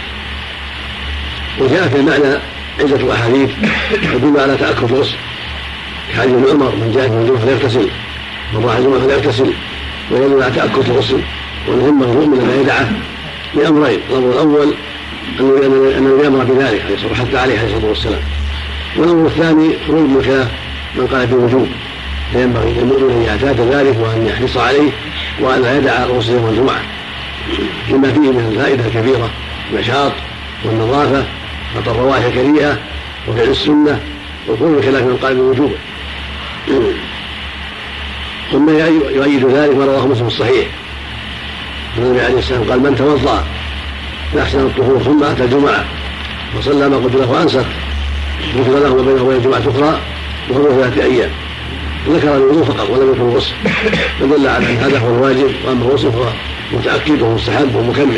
وجاء في المعنى عدة أحاديث تدل على تأكد الغسل، كحديث ابن عمر من جاء من الجمعة فليغتسل من راح الجمعة فليغتسل، ويدل على تأكد الغسل والهم المؤمن أن يدعه بأمرين. الأمر الأول أنه يأمر بذلك وحتى عليه عليه الصلاة والسلام، والأمر الثاني خروج من خلاف من قال بالوجوب، فينبغي للمؤمن أن يعتاد ذلك وأن يحرص عليه وأن لا يدع الغسل يوم الجمعة، لما فيه من الفائدة الكبيرة النشاط والنظافة وقطع الروائح الكريهة وفعل السنة وكل خلاف من قال بوجوبه. ثم يؤيد ذلك ما رواه مسلم الصحيح النبي عليه السلام قال من توضأ فأحسن الطهور ثم أتى الجمعة وصلى ما قدر له وأنصت غفر له وبينه وبين الجمعة أخرى وهو ثلاثة أيام. ذكر الوضوء فقط ولم يكن الغسل، فدل على أن هذا هو الواجب، وأما الغسل فهو متأكد ومستحب ومكمل.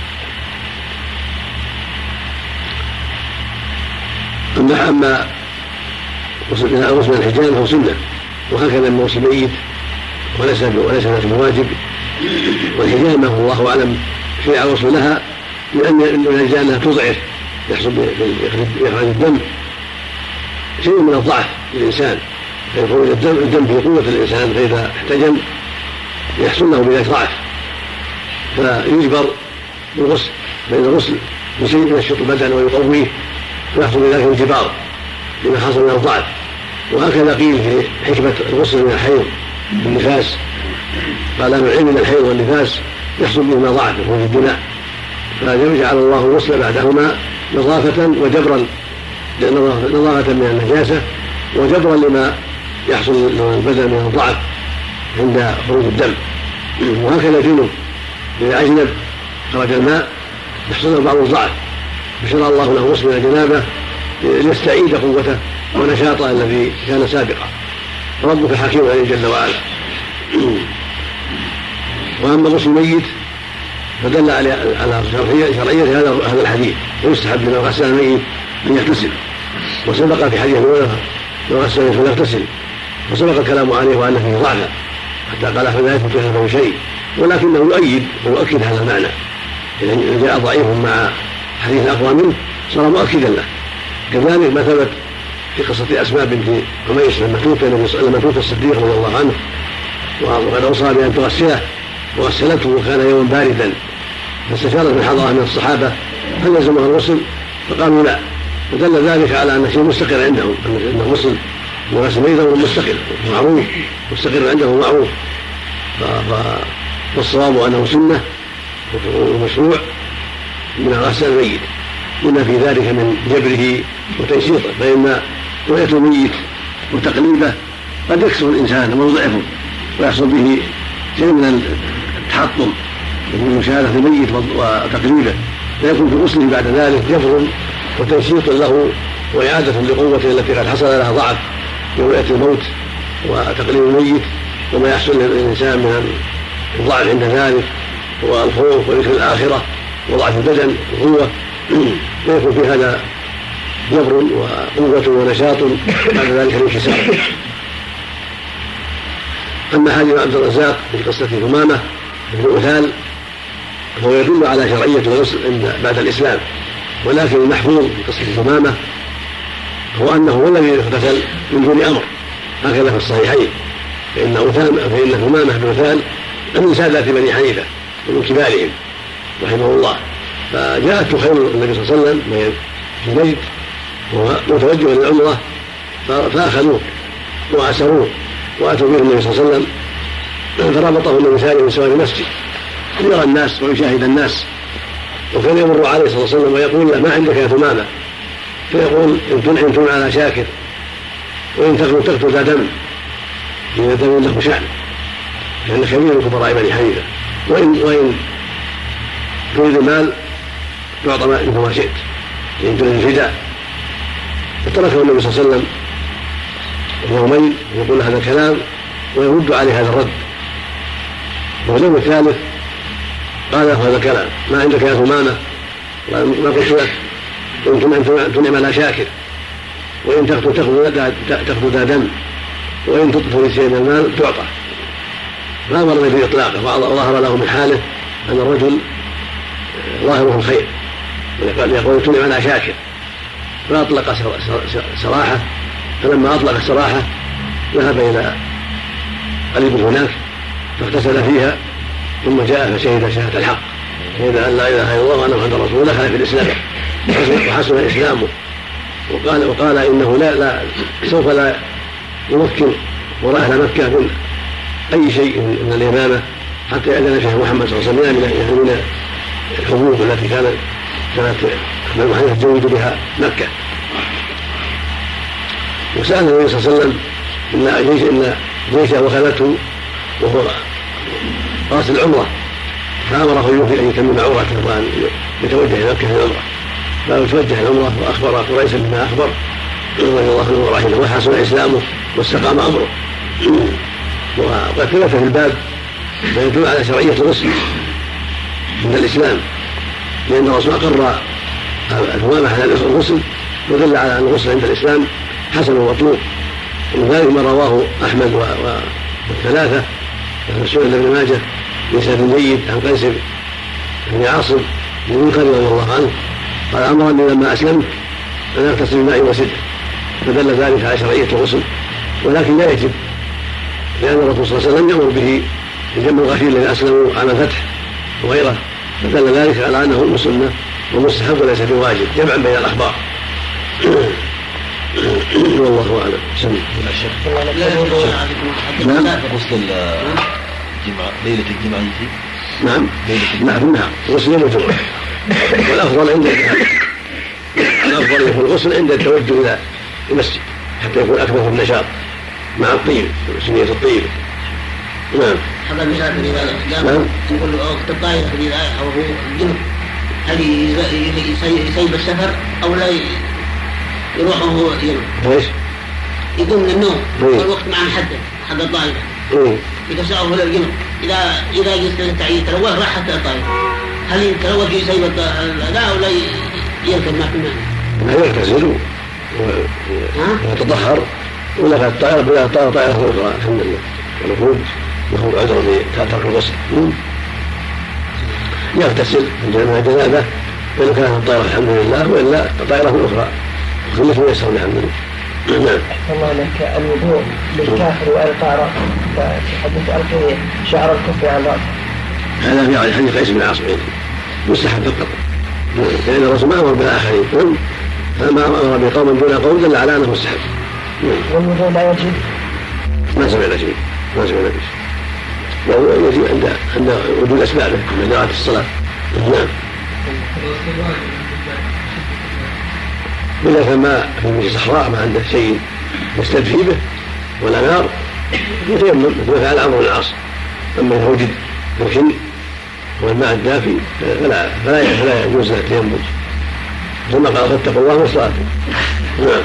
أما أما غسل من الحجامة فهو سنة، وهكذا من غسل الميت وليس وليس بواجب. والحجامة والله أعلم شرع الغسل لها لأن الأجزاء أنها تضعف، يحصل بإخراج الدم شيء من الضعف للإنسان، فيخرج الدم الدم في قوة الإنسان، فإذا احتجم يحصل له بذلك ضعف فيجبر بالغسل، فإن الغسل بشيء ينشط البدن ويقويه ويحصل بذلك انجبار لما حصل من الضعف. وهكذا قيل في حكمة الغسل من الحيض بالنفاس، قال أهل العلم من الحيض والنفاس يحصل بهما ضعف وهو في الدماء، فجعل الله الغسل بعدهما نظافة وجبرا، نظافة من النجاسة وجبرا لما يحصل البدن من الضعف عند خروج الدم. وهكذا الجنوب إذا أجنب خرج الماء يحصل له بعض الضعف، فشرع الله له غسل من الجنابة ليستعيد قوته ونشاطه الذي كان سابقا. ربك حكيم عليه جل وعلا. وأما غسل الميت فدل على شرعية هذا هذا الحديث. ويستحب لمن غسل الميت أن يغتسل، وسبق في حديث من غسل الميت فليغتسل، وسبق الكلام عليه وأنه فيه ضعف حتى قال فلا يثبت له شيء، ولكنه يؤيد ويؤكد هذا المعنى. إذا جاء ضعيف مع حديث أقوى منه صار مؤكدا له. كذلك ما ثبت في قصة أسماء بنت عميس لما توفي لما توفي الصديق رضي الله عنه وقد أوصى بأن تغسله وغسلته وكان يوما باردا، فاستشارت من حضرها من الصحابة هل يلزمها الغسل؟ فقالوا لا، ودل ذلك على أن شيء مستقر عندهم، أن الغسل وغسل الميت أمر مستقر معروف مستقر عندهم معروف، فالصواب أنه سنة ومشروع من غسل الميت، لما في ذلك من جبره وتنشيطه، فإن رؤية الميت وتقليبه قد يكسر الإنسان ويضعفه ويحصل به شيء من التحطم من مشاهدة الميت وتقليبه، فيكون في غسله بعد ذلك جبر وتنشيط له وإعادة لقوته التي قد حصل لها ضعف برؤية الموت وتقليب الميت، وما يحصل للإنسان من الضعف عند ذلك والخوف وذكر الآخرة وضعف البدن وقوة، فيكون في هذا جبر وقوة ونشاط بعد ذلك الانكسار. أما حديث عبد الرزاق في قصة ثمامة بن أثال فهو يدل على شرعية الغسل بعد الإسلام، ولكن المحفوظ في قصة ثمامة هو أنه هو الذي اغتسل من دون أمر، هكذا في الصحيحين، فإن فإن ثمامة بن أثال من سادة بني حنيفة ومن كبارهم رحمه الله، فجاءت تخيل النبي صلى الله عليه وسلم في نجد وهو متوجه للعمرة فأخذوه وأسروه وأتوا به النبي صلى الله عليه وسلم، فربطه النبي ثاني من سوار المسجد يرى الناس ويشاهد الناس، وكان يمر عليه صلى الله عليه وسلم ويقول له ما عندك يا ثمامة؟ فيقول إن تنعم تنعم على شاكر، وإن تقتل تقتل ذا دم، إن دم له شأن، لأن كبير من كبراء بني حنيفة، وإن وإن تريد المال تعطى مثل ما شئت، إن تريد الفداء. فتركه النبي صلى الله عليه وسلم يومين يقول هذا الكلام ويرد عليه هذا الرد، واليوم الثالث قال له هذا الكلام ما عندك يا ثمامة؟ ما قلت لك إن تنعم على شاكر، وإن تأخذ ذا دم، وإن تطفل شيء من المال تعطى. ما أمر به إطلاقه، وظهر له من حاله أن الرجل ظاهره الخير، يقول تنعم على شاكر، فأطلق سراحة. فلما أطلق السراحة ذهب إلى قريب هناك فاغتسل فيها، ثم جاء فشهد شهادة الحق، شهد أن لا إله إلا الله وأن محمدا رسول الله، دخل في الإسلام وحسن إسلامه، وقال وقال إنه لا لا سوف لا يمكن وراء أهل مكة من أي شيء من اليمامة حتى يأذن فيها محمد صلى الله عليه وسلم من الحبوب التي كانت كانت بنو حنيفة تزود بها مكة. وسأل النبي صلى الله عليه وسلم إن جيش إن جيشه وخلته وهو راس العمرة، فأمره أن يتمم عمرته وأن يتوجه إلى مكة في العمرة، فيتوجه العمرة وأخبر قريشا بما أخبر رضي الله عنه ورحمه، وحسن إسلامه واستقام أمره. وقد ثبت في الباب ما يدل على شرعية الغسل من الإسلام، لأن الرسول أقر الثمامة على الغسل ودل على أن الغسل عند الإسلام حسن ومطلوب. ومن ذلك ما رواه أحمد والثلاثة في سنن ابن ماجه بإسناد جيد عن قيس بن عاصم بن منكر رضي الله عنه قال أمرني لما أسلمت أن أغتسل بماء وسدر، فدل ذلك على شرعية الغسل، ولكن لا يجب، لأن الرسول صلى الله عليه وسلم يأمر به لجمع الغفير الذين أسلموا عام الفتح وغيره، فدل ذلك على أنه سنة ومستحب وليس بواجب، جمعا بين الأخبار. والله أعلم. سمع نعم غسل الجمعة ليلة الجمعة يجي؟ نعم نعم نعم غسل يوم الجمعة، والأفضل عند الأفضل يكون الغسل عند التوجه إلى المسجد حتى يكون أكثر في النشاط مع الطيب سنية الطيب. نعم. هذا المسافر إذا قام يقول وقت الطائرة إذا أو هو الجنب هل يسيب السفر أو لا يروح وهو ينام؟ ايش؟ يقوم من النوم والوقت معه محدد حق الطائرة. ايه. إذا سأله الجنب إذا إذا جلس التعيين الأول راح حتى الطائرة. هل يتلوث في سيب الأداء أو لا يركب ما في المعنى؟ لا يغتسل ويتطهر ولا في الطائرة بلا طائرة طائرة أخرى الحمد لله والمفروض له عذر بترك الغسل يغتسل من الجنابة وإن كانت الطائرة الحمد لله وإلا الطائرة الأخرى كله يسر الحمد لله. نعم. الله لك الوضوء للكافر والطائرة تحدث ألقي شعر الكف على الرأس هذا في حديث قيس بن عاصم مستحب فقط لأن الرسول ما أمر بالآخرين فما أمر بقوم دون قوم دل على أنه مستحب. والوضوء لا يجب ما سمعنا شيء ما سمعنا شيء والوضوء يجب عند عند وجود أسبابه عند جراءة الصلاة. نعم. إذا كان ما في صحراء ما عنده شيء يستدفي به ولا نار يتيمم مثل فعل عمرو بن العاص. أما إذا وجد الخل والماء الدافي فلا فلا فلا يجوز له التيمم ثم قال فاتقوا الله وصلاتكم. نعم.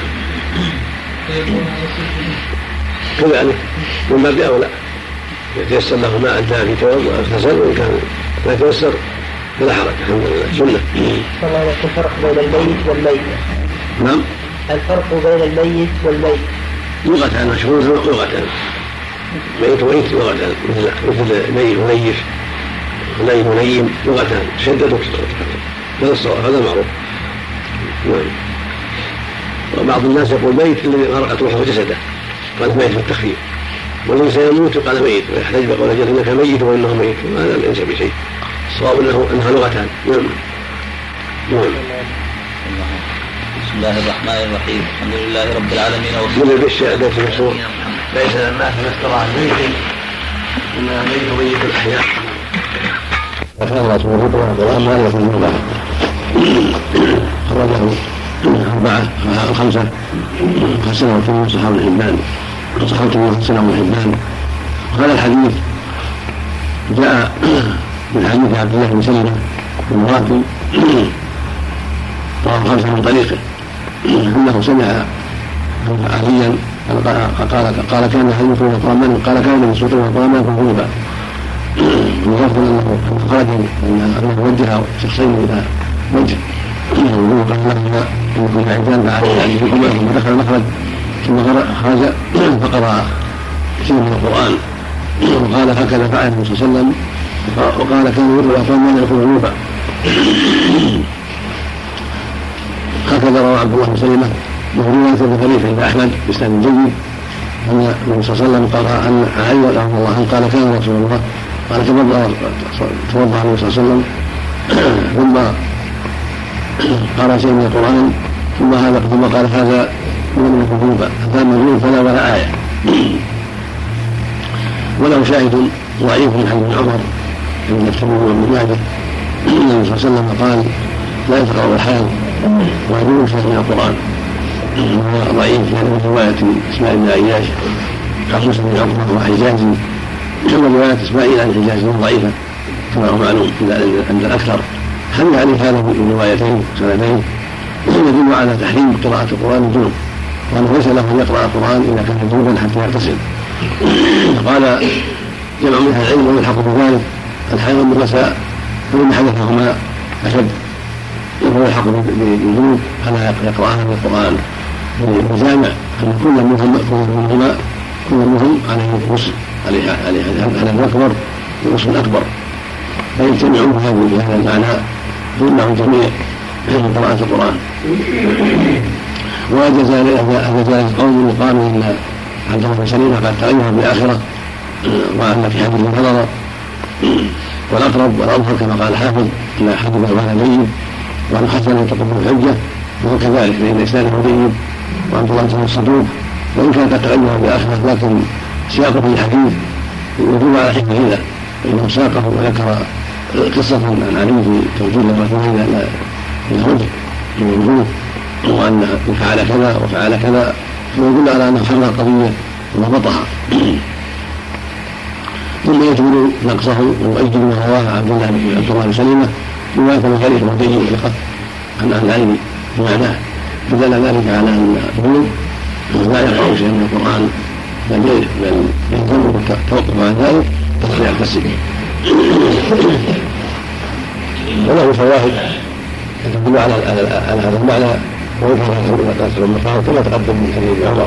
كذلك من باب أولى يتيسر له ماء دافي توضأ اغتسل وإن كان لا يتيسر فلا حرج الحمد لله سنة. الله لك الفرق بين الميت والميت. نعم. الفرق بين الميت والميت لغتان مشهور لغتان ميت وميت لغتان مثل مثل نيف ونيف ونيف ونيم لغتان شدد هذا الصواب هذا معروف. نعم. وبعض الناس يقول ميت الذي غرقت روحه وجسده قال ميت بالتخفيف والذي سيموت قال ميت ويحتج بقول جل انك ميت وانه ميت وهذا ليس بشيء الصواب انه انها لغتان. نعم. نعم. بسم الله الرحمن الرحيم الحمد لله رب العالمين من بالشيء الذي يسوق ليس لما تذكر الميت انما الميت ميت الاحياء فكان الله سبحانه وتعالى ما يكون له خرجه أربعة خمسة حسنه الترمذي وصححه ابن حبان وصححه الترمذي وحسنه ابن حبان. وهذا الحديث جاء من حديث عبد الله بن سلمة بن مغافل رواه خمسة من طريقه انه سمع عليا قال قال كان حديث القرآن قال كان يسوط القرآن فغلبا وغفل انه خرج انه وجه شخصين الى وجه وقال له انكم عيدان فعليه ان يكون ثم دخل المخرج ثم خرج فقرأ شيء من القرآن وقال هكذا فعل النبي صلى الله عليه وسلم وقال كان يروى القرآن يكون غلوبا. هكذا روى عبد الله بن سلمة ورواية ابن خليفة عند أحمد بإسناد جيد أن النبي صلى الله عليه وسلم قال أن علي رضي الله عنه قال كان رسول الله قال توضأ النبي صلى الله عليه وسلم ثم قال شيء من القرآن ثم هذا ثم قال هذا من الكذوب هذا مجنون فلا ولا آية. وله شاهد ضعيف من حديث عمر عند الترمذي وابن ماجه النبي صلى الله عليه وسلم قال لا يتقرب الحال ويجوز شيء من القرآن وهو ضعيف يعني من رواية اسماعيل بن عياش كقوس بن عقبة وحجازي ثم رواية اسماعيل عن حجازي ضعيفة كما هو معلوم عند الأكثر. حمل عليه هذا من روايتين سندين يدل على تحريم قراءة القرآن الجنوب وأنه ليس له أن يقرأ القرآن إذا كان جنوبا حتى يغتسل. قال جمع من أهل العلم ويلحق بذلك الحيض والنساء فإن حدثهما أشد وهو يلحق بالجنوب فلا يقرأها من القرآن بجامع أن كل منهما كل منهم عليه غسل عليه عليه الأكبر وغسل أكبر فيجتمعون في هذا المعنى يمنع الجميع من قراءة القرآن. وأجاز ذلك قوم قالوا إن عبد الله بن سلمة قد تغير بالآخرة وأن في حديث النظر والأقرب والأظهر كما قال الحافظ أن حديث القرآن جيد وأن حسن تقبل الحجة وهو كذلك فإن إسناده جيد وعبد الله بن الصدوق وإن كان قد تغير بالآخرة لكن سياقه في الحديث يدل على حكمه هذا فإنه ساقه وذكر قصة عن علي في توجيه الرسول إلى الوجه من الوجوه وأن فعل كذا وفعل كذا ويدل على أنه حرر القضية وضبطها ثم يجبر نقصه ويؤيد ما رواه عبد الله بن سلمة رواية من غير مرضي ثقة عن أهل العلم بمعناه فدل ذلك على أن الجنوب لا يقرأ شيئا من القرآن بل يلزمه التوقف عن ذلك حتى يغتسل. وله فوائد تدل على على هذا المعنى ويظهر غسل المفرط كما تقدم من حديث عمر.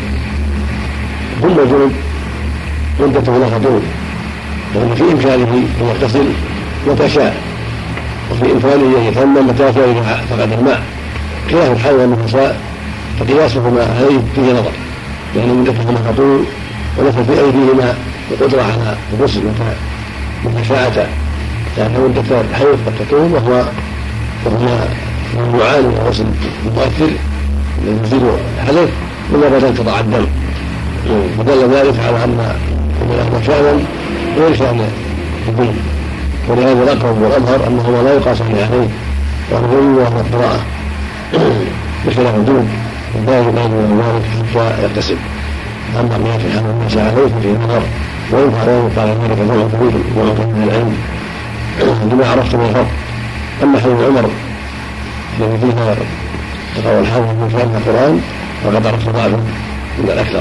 ثم الجنب مدته لا تطول، لأن في إمكانه أن يغتسل متى شاء، وفي إمكانه أن يتيمم متى شاء إذا فقد الماء، خلاف الحيض والنفساء فقياسهما عليه فيه نظر، لأن مدتهما تطول وليس في أيديهما القدرة على الغسل متى شاءتا، لأن مدة الحيض قد تطول وهو وهما يعاني من الغسل المؤثر الذي يزيد الحدث مجرد أن تضع الدم، ودل ذلك على أن له شأنا غير شأن الدين، ولهذا الأقرب والأظهر أنه لا يقاس عليه والغلو وهو القراءة بخلاف الجنوب والباقي لا يجوز ذلك حتى يغتسل. أما ما في حال الناس عليه ففيه نظر، وينفع له قال ذلك نوع طويل ونوع من العلم لما عرفت من الفرق. أما حديث عمر الذي فيها تقوى الحافظ من كان القرآن فقد عرفت ضعفا من الأكثر،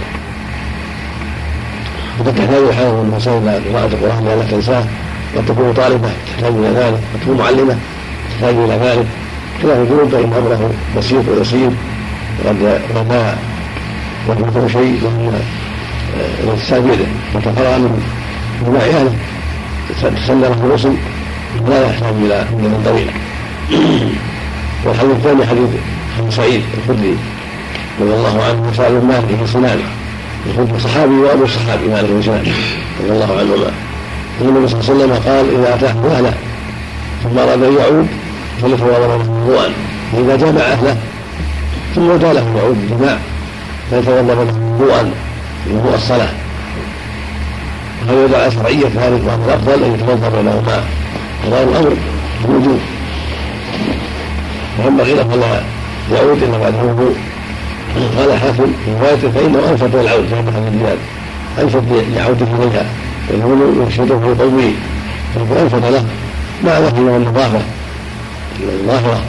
وقد تحتاج الحافظ والمسائل إلى قراءة القرآن لأنها تنساه، قد تكون طالبة تحتاج إلى ذلك، قد تكون معلمة تحتاج إلى ذلك، خلاف الجنوب فإن أمره بسيط ويسير وقد لا يفوته شيء من الاغتسال بيده وتفرغ من ماء أهله تسلى له الغسل لا يحتاج إلى مدة طويلة. والحديث الثاني حديث أبي سعيد الخدري رضي الله عنه وسأل مالك بن سنان، الخدري صحابي وأبو الصحابي مالك بن سنان رضي الله عنهما، النبي صلى الله عليه وسلم قال إذا أتاه أهله ثم أراد أن يعود فليتوضأ له وضوءا، وإذا جامع أهله ثم أتى له يعود الجماع فيتوضأ له وضوءا وهو الصلاة. وهذا يدل على شرعية ذلك، وأن الأفضل أن يتوضأ بينهما، وظاهر الأمر بالوجوب، وينبغي له فلا يعود إلا بعد الوضوء. قال حاكم في روايته فإنه أنفت للعود في هذا البلاد، أنفت لعوده إليها والوضوء يرشده ويطويه، فيكون أنفت له مع ذلك من النظافة الظاهرة.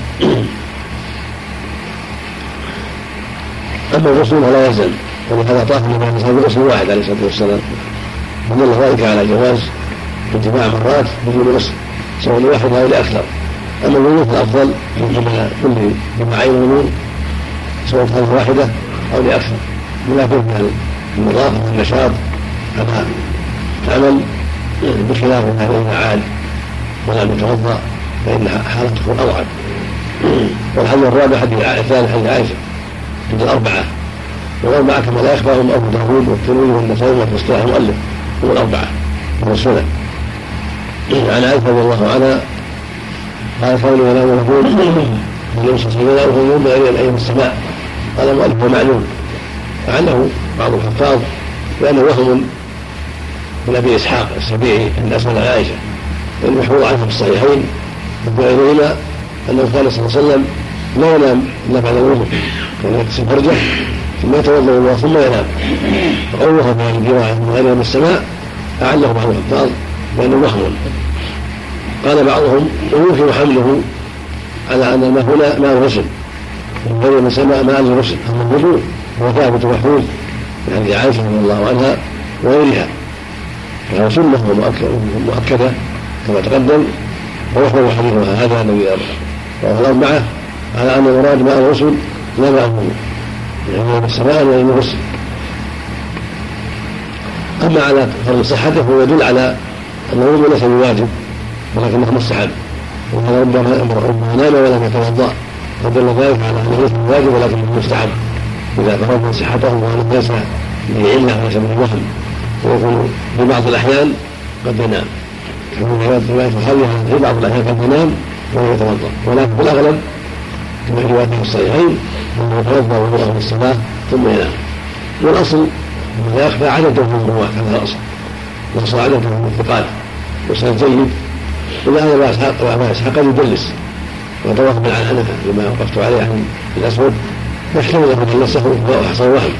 أما الغسل فلا يلزم، ولهذا طاف النبي عليه الصلاة والسلام بغسل واحد عليه الصلاة والسلام، ودل ذلك على جواز الجماع مرات بدون غسل سواء لواحد أو لأكثر. أما الوضوء فالأفضل يجب كل جماعين وضوء سواء كانت واحدة أو لأكثر، بما فيه من النظافة والنشاط كما تعمل، بخلاف ما إذا عاد ولم يتوضأ فإن حالته تكون أضعف. والحديث الرابع حديث الثالث حديث عائشة عند الأربعة، والأربعة كما لا يخفاهم أبو داود والترمذي والنسائي وفي اصطلاح المؤلف هم الأربعة من السنة. عن عائشة رضي الله عنها قال قوله ينام الرجل النبي صلى الله عليه وسلم بغير الأيام السماء، قال المؤلف ومعلوم، فعله بعض الحفاظ لأنه وهم من أبي إسحاق السبيعي عند أسماء عائشة، والمحفوظ عنه في الصحيحين وغيرهما أنه قال صلى الله عليه وسلم لا ينام إلا بعد الوضوء، كان يغسل فرجه ثم يتوضأ الله ثم ينام. فقوله في هذه الرواية من غير من السماء أعله بعض الحفاظ لأنه وهم. قال بعضهم ويمكن حمله على أن الماء هنا ماء الغسل، من غير من السماء ماء الغسل، أما الوضوء هو ثابت محفوظ من حديث عائشة رضي الله عنها وغيرها، فهو سنة مؤكدة كما تقدم، ويحمل حديثها هذا الذي رواه الأربعة على أن المراد ماء الغسل لا ماء الوضوء، يعني من السماء ولا من الغسل. أما على فرض صحته فهو يدل على أن الوضوء ليس بواجب ولكنه مستحب، وهذا ربما نام ولم يتوضأ، فدل ذلك على أنه ليس بواجب ولكنه مستحب إذا فرض صحته وأنه ليس بعلة وليس بالوهم، ويكون في بعض الأحيان قد ينام، كما في رواية الخالية في بعض الأحيان قد ينام وهو يتوضأ، ولكن في الأغلب كما في رواية الصحيحين أنه يتوضأ وضوءه للصلاة ثم ينام. والأصل لا يخفى عدده من الرواة هذا الأصل، الأصل عدده من الثقات وسند جيد، إلا أن أبا إسحاق وأبا إسحاق قد يدلس وتوقف العنعنة لما وقفت عليه عن الأسود، يحتمل أن يدلسه ويحصل وهم.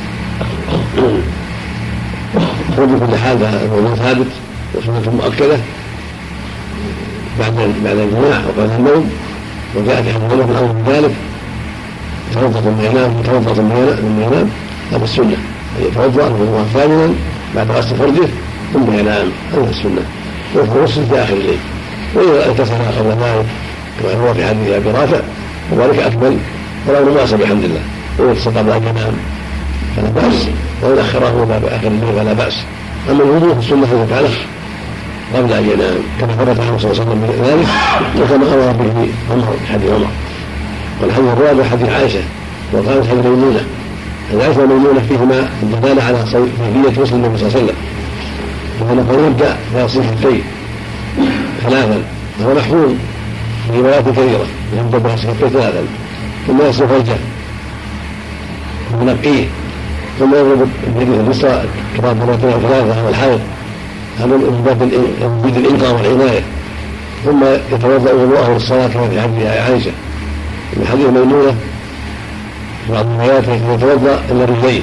وفي كل حال فالوضوء ثابت وسنة مؤكدة بعد بعد الجماع وقبل النوم، وجاء في حديث من أمر ذلك يتوضأ ثم ينام يتوضأ ثم ينام، هذا السنة أن يتوضأ وضوءا ثانيا بعد غسل فرجه ثم ينام، هذا السنة، ويغسل في آخر الليل وإذا اغتسل قبل ذلك كما هو في حديث أبي رافع وذلك أكمل والأمر واسع بحمد الله. ويغتسل قبل أن ينام فلا بأس، وإن أخره إلى آخر الليل فلا بأس. أما الوضوء في السنة فيفعله قبل أن ينام كما ثبت عنه صلى الله عليه وسلم ذلك وكما أمر به عمر في حديث عمر. والحديث الرابع حديث عائشة وقالت حديث ميمونة. عائشة وميمونة فيهما الدلالة على كيفية غسل النبي صلى الله عليه وسلم، وهنا قد يبدأ بغسل الكفين ثلاثا وهو محفوظ في روايات كثيرة، يبدأ بغسل الكفين ثلاثا ثم يغسل فرجه وينقيه ثم يضرب بيده اليسرى كما مرتين او ثلاثة على الحائط هذا من باب الإلقاء والعناية، ثم يتوضأ وضوءه للصلاة كما في حديث عائشة. من حديث ميمونة في بعض الروايات يتوضأ إلى الرجلين،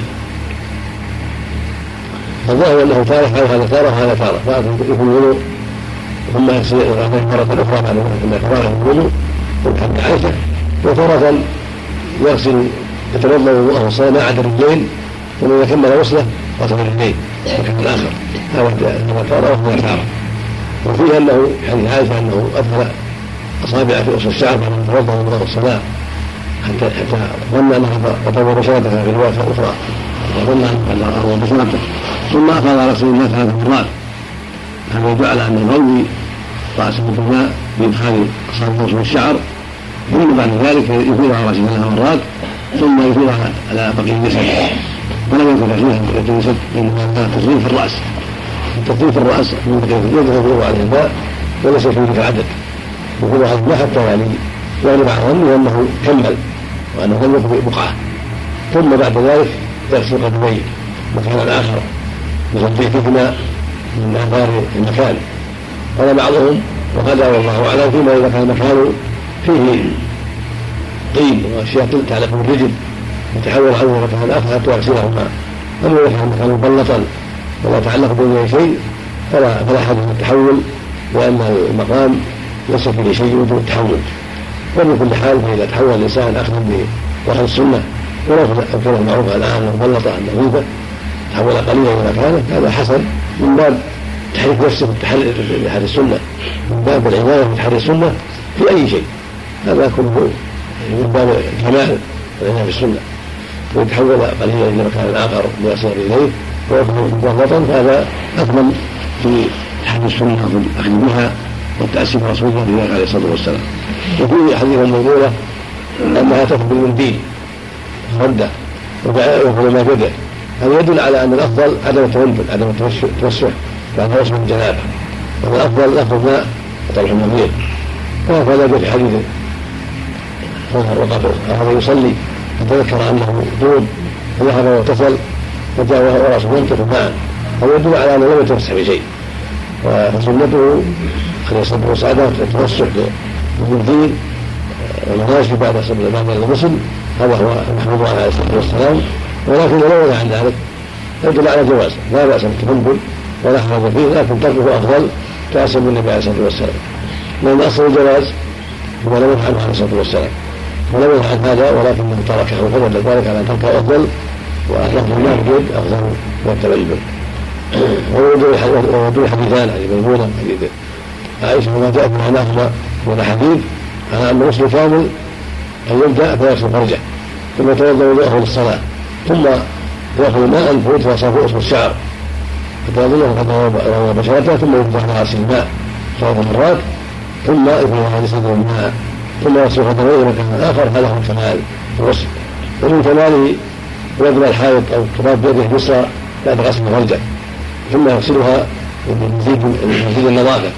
الظاهر أنه تارة هذا تارة هذا تارة فيكون الوضوء ثم يغسل مرة أخرى بعد ما فراغ من الوضوء من حديث عائشة، وتارة يغسل يتوضأ وضوءه للصلاة ما عدا الرجلين، ثم إذا كمل غسله غسل الرجلين وكمل الآخر هذا تارة وهو تارة. وفيه أنه حديث عائشة أنه أدخل أصابع في أصل الشعر بعد أن توضأ وضوء الصلاة حتى حتى ظن أنها تطور بشرتها في رواية أخرى وظن أنها أطور بشرته ثم أفاض رسول الله ثلاث مرات. هذا يدل على أن يروي رأسه بالماء بإدخال أصابع أصل الشعر، ثم بعد ذلك يفيض على رأسه ثلاث مرات ثم يفيض على بقية الجسد ولم يكن تغسيلها بقية الجسد إنما كان تغسيل في الرأس. التغسيل في الرأس من بقية الجسد يفيض عليه الماء وليس في ذلك العدد، وهو عظمه حتى يعني يغلب على ظنه أنه كمل وأنه لم يكن بقعة، ثم بعد ذلك يغسل قدميه مكانا آخر يصديقهما من آثار المكان. قال بعضهم وهذا والله أعلم فيما إذا كان المكان فيه طين وأشياء تعلق بالرجل يتحول عنه مكان آخر حتى يغسلهما. أما إذا كان المكان مبلطا ولا يتعلق به شيء فلا فلا حاجة للتحول، لأن المقام ليس فيه شيء وجود التحول. ومن كل حال فإذا تحول الإنسان أخذا بوحي السنة ولو كان المعروف الآن مبلطة نظيفة تحول قليلا إلى مكانه هذا حسن من باب تحريك نفسه في تحري السنة، من باب العناية في تحري السنة في أي شيء، هذا كله من باب الكمال والعناية في السنة. ويتحول قليلا إلى مكان آخر ليصل إليه ويكون مبلطا فهذا أكمل في تحري السنة وفي الأخذ بها والتأسي برسول الله ذلك عليه الصلاة والسلام. وفي حديث موضوعة أنها تفضل بالبيل ردة ويأخذ ما بده، هذا يدل على أن الأفضل عدم التوسل عدم التوسع بعد غسل الجنابة، والأفضل أخذ ماء وطرح المبيض. وهذا جاء في حديث هذا يصلي فتذكر أنه جنوب فذهب واغتسل فجاء ورأسه ينتف معا، هذا يدل على أنه لم يتوسع بشيء. وسنته عليه الصلاة والسلام التوسع بالدين والمناجي بعد بعد الغسل، هذا هو محمود عليه الصلاة والسلام. ولكن لو نهى عن ذلك يدل على جواز لا بأس بالتفضل ولا حرج فيه، لكن تركه أفضل تأسى بالنبي عليه الصلاة والسلام، لأن أصل الجواز هو لم يفعل عنه عليه الصلاة والسلام ولم يفعل عن هذا ولكنه تركه فدل ذلك على تركه أفضل وأخذ الله بجد أفضل والتبلل. ويدل حديثان عن ميمونة حديث عائشة وما جاء في معناهما من الحديث على أن الغسل كامل أن يبدأ فيغسل فرجه ثم يتوضأ وضوءه للصلاة ثم يأخذ ماء فيدفع صافو أصل الشعر حتى يظنه قد روى بشرته ثم يدفع على رأس الماء ثلاث مرات ثم يفعل على صدر الماء ثم يغسل قدميه مكان آخر. هذا هو الكمال الغسل. ومن كماله يضرب الحائط أو التراب بيده اليسرى بعد غسل فرجه ثم يغسلها بمزيد مزيد النظافة.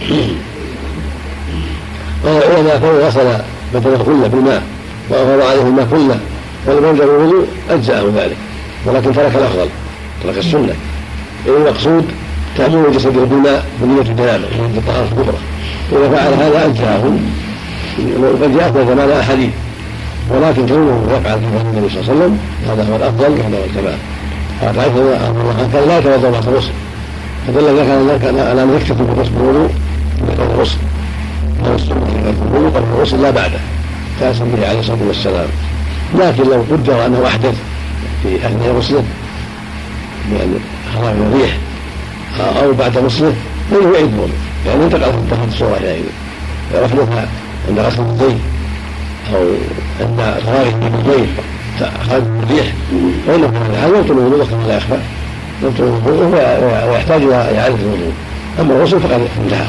قال العلماء كونه غسل بدنه كله بالماء وأفاض عليه الماء كله ولم يرجع بالوضوء أجزأه ذلك، ولكن ترك الأفضل ترك السنة. المقصود تعميم جسده بالماء بنية الجنابة ونية الطهارة الكبرى، إذا فعل هذا أجزأه. وقد جاءت زمان أحاديث ولكن كونه يفعل كما النبي صلى الله عليه وسلم هذا هو الأفضل وهذا هو الكمال. قال عائشة الله كان لا يتوضأ بعد الغسل فدل ذلك على أن يكتفي بغسل الوضوء بعد الغسل الوضوء قبل الغسل لا بعده تأسى به عليه الصلاة والسلام. لكن لو قدر أنه أحدث في أثناء غسله بأن خرج الريح أو بعد غسله فإنه يعيد الوضوء يعني انتقلت انتقلت الصورة إلى رفضها عند غسل اليدين أو عند تغارق من اليدين خارج الريح، فإنه هذا يبطل الوضوء كما لا يخفى، يبطل الوضوء ويحتاج إلى إعادة الوضوء. أما الغسل فقد انتهى.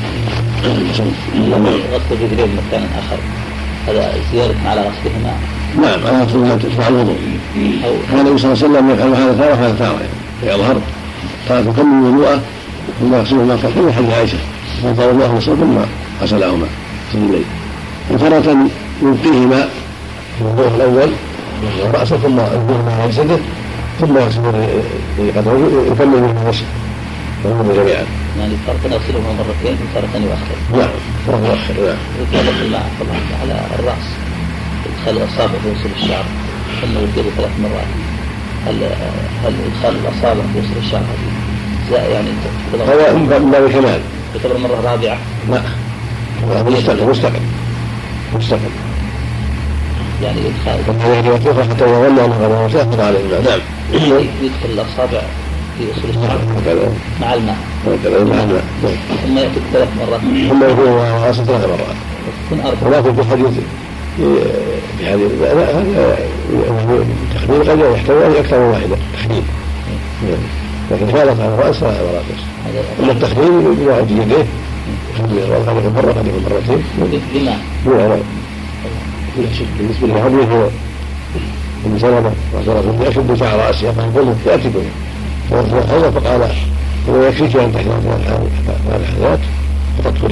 غسل الرجلين مكان آخر هذا زيادة على غسلهما؟ نعم، على غسلهما تفعل الوضوء. كان النبي صلى الله عليه وسلم يفعل هذا تارة وهذا تارة، يظهر تارة تكمل وضوءه ثم يغسلهما كالحين حديث عائشة فوضأ الله وصل ثم غسلهما في الليل، وتارة يلقيهما في الوضوء الأول رأسه ثم يلقيهما على جسده ثم يغسل قدره يكمل من الغسل يكمل جميعا. يعني تارة يغسلهما مرتين وتارة يؤخر. نعم، تارة يؤخر. نعم. وتارة الله على الرأس إدخال الأصابع في وصول الشعر ثم يدير ثلاث مرات. هل هل إدخال الأصابع في وصول الشعر هذه يعني هذا من باب الكمال. تعتبر مرة رابعة؟ لا، مستقل مستقل مستقل. يعني إدخال. فهذا يتوقع حتى يظن أنه غير تأخذ على الماء. نعم. يدخل الأصابع في وصول الشعر مع الماء. مع الماء. ثم يأتي ثلاث مرات. ثم يكون رأسه ثلاث مرات. تكون أربعة. ولكن في حديث في حديث هذا تخمين قد يحتوي أكثر من واحدة تخمين. لكن فعلت على الرأس ثلاث مرات بس. أما التخمين بواحد يديه قد يكون مرة قد يكون مرتين. بماء. بماء. بالنسبة للحديث هو ابن سلمة وسلمة يشد شعر رأسه فقال يأتي به فوضع فقال هو يكفيك أن تحضر هذا الحياة فتدخلي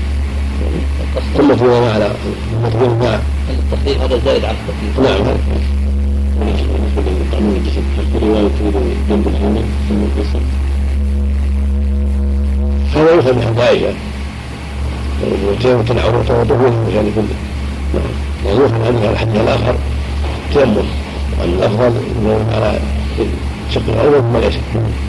ثم تقول على ثم تقول الماء. التخفيف هذا زائد عن التخفيف. نعم. بالنسبة للتعميم الجسد هل في رواية تريد جنب الحمل ثم القصة؟ هذا يفهم من حديث عائشة وتنعر وتوضه من المجال كله. نعم. ويوصل عنه الحديث الآخر تيمم، وأن الأفضل على شق العروة ثم اليسر.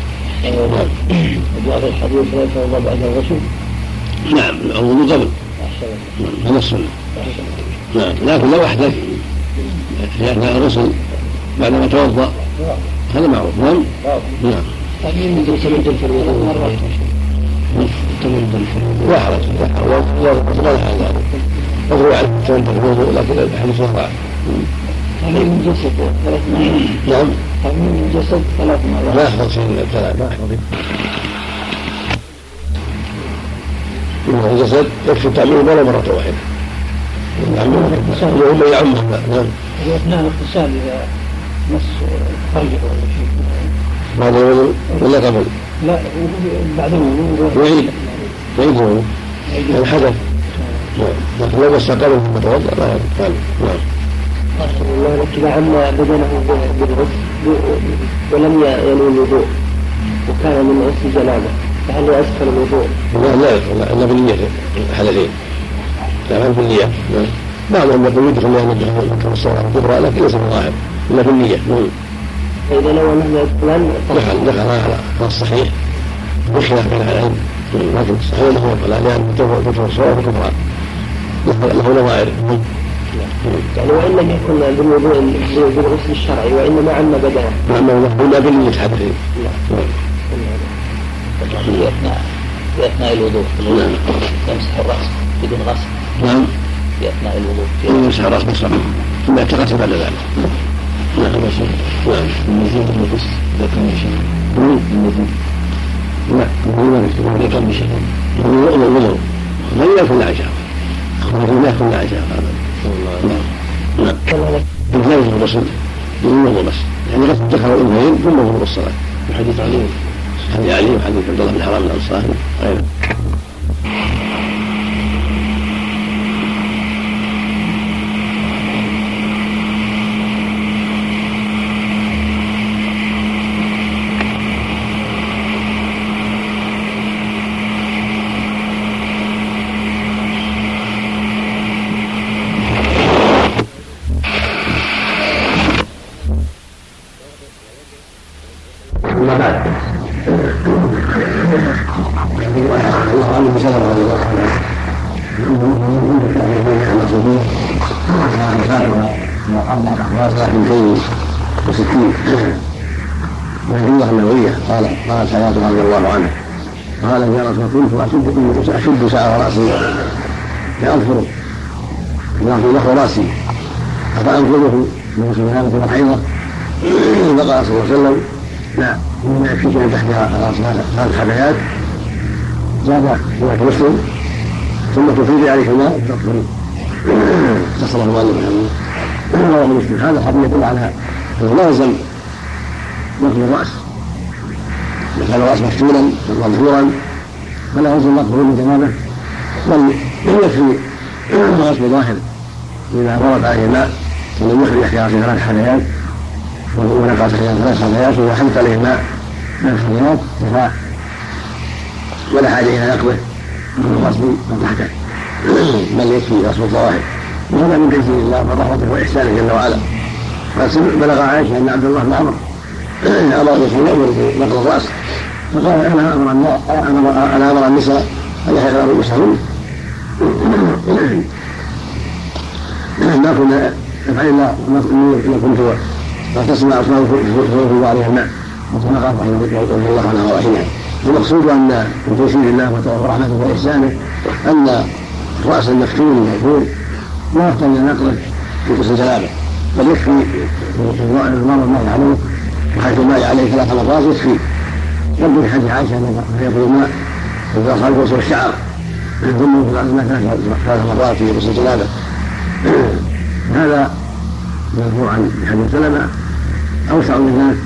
وجاء في الحديث لا يتوضأ بعد الغسل. نعم، الوضوء قبل هذا السنة. نعم، لكن لو أحدث في أثناء الغسل بعدما توضأ هذا معروف. نعم. نعم. تمدد في الوضوء تمدد في الوضوء لا حرج لا حرج ذلك مروي عنه تمدد في الوضوء لكن الحديث ضعيف. تميم الجسد ثلاث مرات. نعم. تميم الجسد ثلاث مرات. ما يحفظ شيء من الثلاث، ما يحفظ من الجسد يكفي التعميم ولا مرة واحدة. يوم يعمه. نعم. أثناء الاغتسال إذا مس فرجه ولا شيء. بعد الوضوء ولا قبل؟ لا، بعد الوضوء. يعيد يعيد الوضوء. الحدث. نعم. لكن لو مس قبل ثم توضأ لا يفعل. نعم. الله لك إذا عم بدنه بالغسل ولم ينوي الوضوء وكان من غسل جنابه فهل يسكر الوضوء؟ لا لا يدخل إلا بالنية الحدثين. لا بالنية. بعضهم يقول يدخل لأن يدخل الصلاة الكبرى لكن ليس بالظاهر إلا بالنية. فإذا لو أنه يدخل دخل دخل على الصحيح بخلاف بين العلم، لكن الصحيح له ولا لأن تدخل الصلاة الكبرى له نظائر. يعني وإن لم يكن بالوضوء بالغسل الشرعي وإنما عم بدنه. نعم، ولا بالنية حدثين. في أثناء في أثناء الوضوء يمسح الرأس بدون غسل. نعم. في أثناء الوضوء يمسح الرأس بصرا ثم يتغسل بعد ذلك. نعم. نعم. المزيد النفس إذا كان شيء. المزيد. لا، ما يكتبون إذا كان بشيء. الوضوء لا يأكل عشاء. لا يأكل عشاء. نعم. لا يجوز الغسل بالوضوء بس، يعني غسل الذكر والأنثيين ثم وضوء الصلاة. وحديث علي حديث علي وحديث عبد الله بن حرام الأنصاري غيره. الله عنه بسلم رضي الله عنه من شيء وستين وهي النووية قال قال سعيد رضي الله عنه قال يا رسول الله كنت اشد شعر راسي فاظفر في نحو راسي افانقذه من سلامه والحيضه. فقال صلى الله عليه وسلم لا مما يكفيك من تحتها ثلاث حبايات. زاد روايه مسلم ثم تفيض عليك الماء فتطهري. اختصره المؤلف رحمه الله. رواه مسلم. هذا الحديث يدل على انه لا يلزم نقل الراس اذا كان الراس مفتولا مظهورا فلا يلزم نقله لجنابه، بل يكفي غسل ظاهر اذا ورد عليه الماء ولم يخرج احتياط ثلاث حبايات ونقص ثلاث حبايات وإذا حدث عليه الماء ثلاث حبايات كفى ولا حاجه الى نقله من غسل من تحته، بل يكفي غسل الظواهر. وهذا من تيسير الله ورحمته واحسانه جل وعلا. بلغ عائشه ان عبد الله بن عمرو امر رسول الله بنقل الراس فقال انا امر انا امر النساء ان يحلقن رؤوسهن ما كنا نفعل الا ما كنت فاغتسل اصنامه عليها الماء وكما قال رضي الله عنها ورحمها. المقصود ان من تيسير الله ورحمته واحسانه ان الراس المفتون المغفور لا يحتاج الى نقله في غسل الجنابه، بل يكفي المرء الماء عليه وحيث الماء عليه ثلاث مرات يكفي. يبدو في حديث عائشه انه يقول الماء اذا صار غسل الشعر ثم يقول الماء ثلاث مرات في غسل الجنابه. هذا مرفوع عن حديث سلمة اوسع من ذلك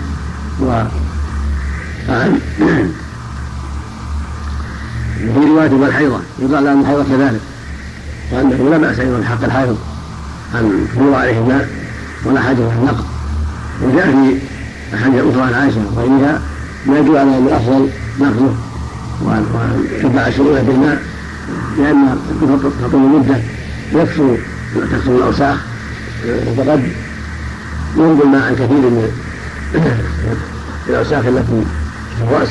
وأعم. في روايه والحيضه يقال ان الحيضه كذلك وانه لا باس ايضا حق الحائض ان يروى عليه الماء ولا حاجه الى النقض. وجاء في احاديث اخرى عن عائشه وغيرها ما يدل على ان الافضل نقضه وان تتبع الشروع بالماء لان تطول مده يكثر تكثر الاوساخ وقد ينزل الماء عن كثير من الاوساخ التي في الراس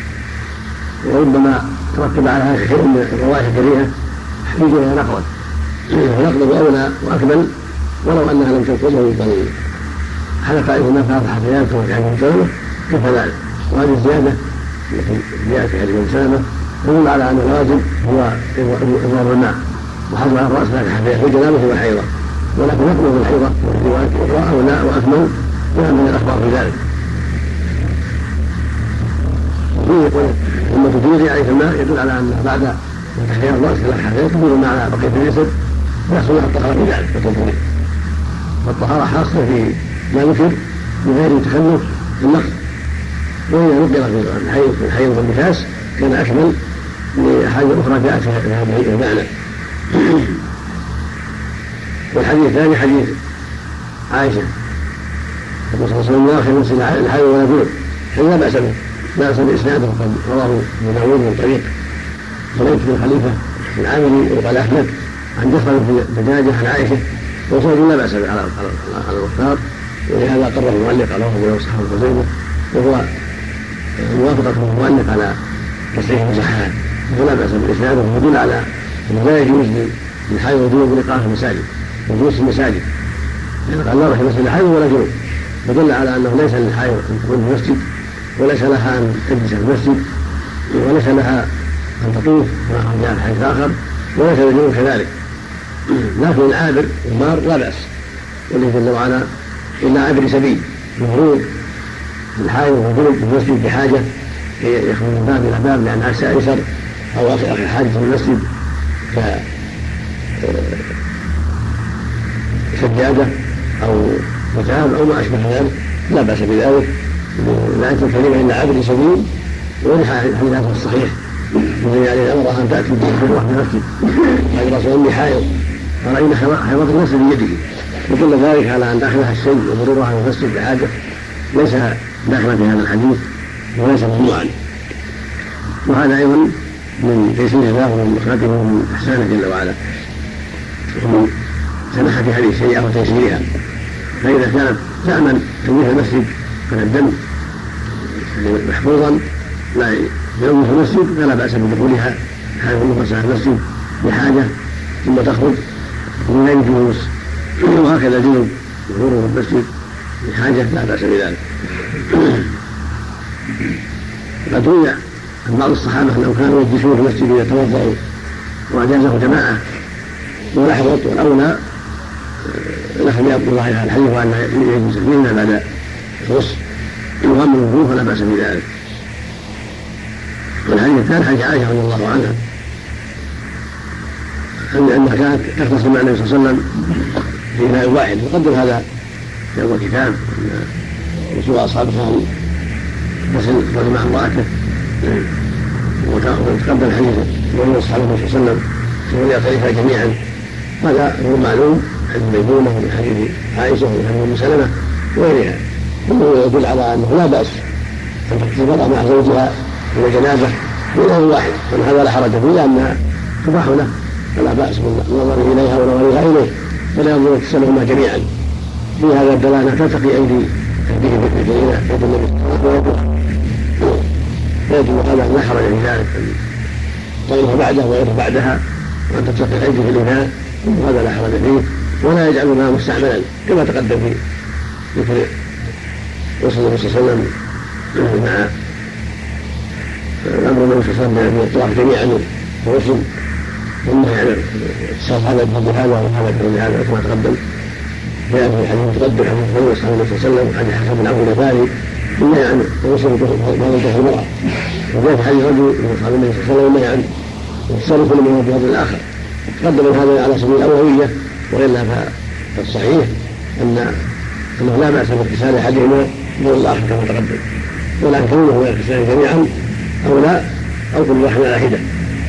وربما ترتب على هذا شيء من الروائح الكريهه يحتاج الى نقض. نقضه اولى واكمل ولو انها لم تنقضه بل حلق عليه الماء ثلاث حبايات وفي حديث سلمة كفى ذلك. وهذه الزياده التي جاءت في حديث سلمة تدل على ان الواجب هو اضرار الماء وحضر على الراس ثلاث حبايات في الجنابه والحيضه، ولكن نقضه في الحيضه وفي روايه اخرى اولى واكمل ولا من الاخبار في ذلك. ثم تفيض عليه الماء يدل على ان بعد تحرير الراس ثلاث حبايات تفيض الماء على بقيه الجسد ويحصل لها الطهاره في ذلك والتطهير. فالطهاره خاصه في ما ذكر من غير تخلف النقض، واذا نقض في الحيض الحيض والنفاس كان اكمل لحاجه اخرى جاءت في هذا المعنى. والحديث الثاني حديث عائشه الرسول صلى الله عليه وسلم يغسل الحيض ولا دون لا باس به لا باس باسناده وقد رواه ابن داود من طريق سليم بن خليفه العامري وقال احمد عن جفر بن دجاجه عن عائشه وصوت لا باس به على على الوفار، ولهذا قرر المؤلف على وهو وصححه الخزيمه وهو موافقه المؤلف على تصحيح المصححات ولا باس باسناده ويدل على انه لا يجوز للحيض والجنوب بالاقامه في المساجد وجلوس في المساجد لان قال لا راح يمثل الحيض ولا جنوب، فدل على انه ليس للحيض ان تكون في المسجد وليس لها ان تجلس في المسجد وليس لها ان تطوف كما جاء في حديث اخر وليس للجنوب كذلك. لكن العابر المار لا باس، والله جل وعلا الا عابر سبيل مفروض الحائض والجنوب في المسجد بحاجه يخرج من باب الى باب لان عكس ايسر او اخر حاجه في المسجد كسجاده او متعاب او ما اشبه ذلك لا باس بذلك. الآية الكريمة إلا عبد سبيل والحديث الصحيح الذي عليه الأمر أن تأتي بالروح من المسجد قال رسول الله حائض فرأينا حيضة النفس بيده وكل ذلك على أن داخلها الشيء ومرورها من المسجد بحاجة ليس داخلا في هذا الحديث وليس ممنوعا. وهذا أيضا من تيسير الله ومن رحمته ومن إحسانه جل وعلا ومن سماحة هذه الشيئة وتيسيرها. فإذا كانت تأمن تنظيف المسجد من الدم محفوظا لا يوم في المسجد فلا بأس بدخولها حيث نفسها المسجد بحاجة ثم تخرج من غير جلوس، وهكذا الجنوب ظهوره في المسجد بحاجة لا بأس بذلك. قد روي عن بعض الصحابة أنهم كانوا يجلسون في المسجد يتوضأوا وأجازه جماعة ولاحظت والأولى لكن يبقى ظاهر الحديث وأن يجلس فينا بعد الغسل يغم الوضوء فلا بأس بذلك. والحديث الثاني حديث عائشة رضي الله عنها أنها كانت تختصر مع النبي صلى الله عليه وسلم في إناء واحد وقدم هذا في أول كتاب وسوى أصحاب كان تصل مع امرأته وتقدم الحديث ومن أصحاب النبي صلى الله عليه وسلم ومن يختلفها جميعا. هذا هو معلوم عن ميمونة ومن حديث عائشة ومن حديث أم سلمة وغيرها كله يدل على أنه لا بأس أن تكتب المرأة مع زوجها من جنازة بإناء واحد وأن هذا لا حرج فيه لأنها تباح له فلا بأس بالنظر إليها ونظرها إليه فلا ينظر يغسلهما جميعا. في هذا الدلالة تلتقي أيدي أيديهم بإناء يد النبي فيجب هذا لا حرج في ذلك طيرها بعده وغيره بعدها وأن تلتقي أيدي في الإناء وهذا لا حرج فيه ولا يجعلها مستعملا كما تقدم في ذكر رسول الله صلى الله عليه وسلم مع الأمر النبي صلى الله عليه وسلم بالطواف جميعا ورسل والنهي عن اتصال هذا بفضل هذا وهذا بفضل هذا كما تقدم جاء في حديث متقدم حديث النبي صلى الله عليه وسلم وحديث حسن بن عمرو الغفاري النهي عن الرسل بفضل دخل المرأة وجاء في حديث رجل من أصحاب النبي صلى الله عليه وسلم النهي عن اتصال كل منهم بفضل الآخر. تقدم هذا على سبيل الأولوية وإلا فالصحيح أن أنه لا بأس باغتسال أحدهما بفضل الآخر كما تقدم ولكن كونه يغتسلان جميعا أو لا أو كل واحد على حدة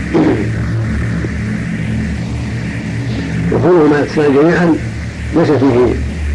وكونهما يغتسلان جميعا ليس فيه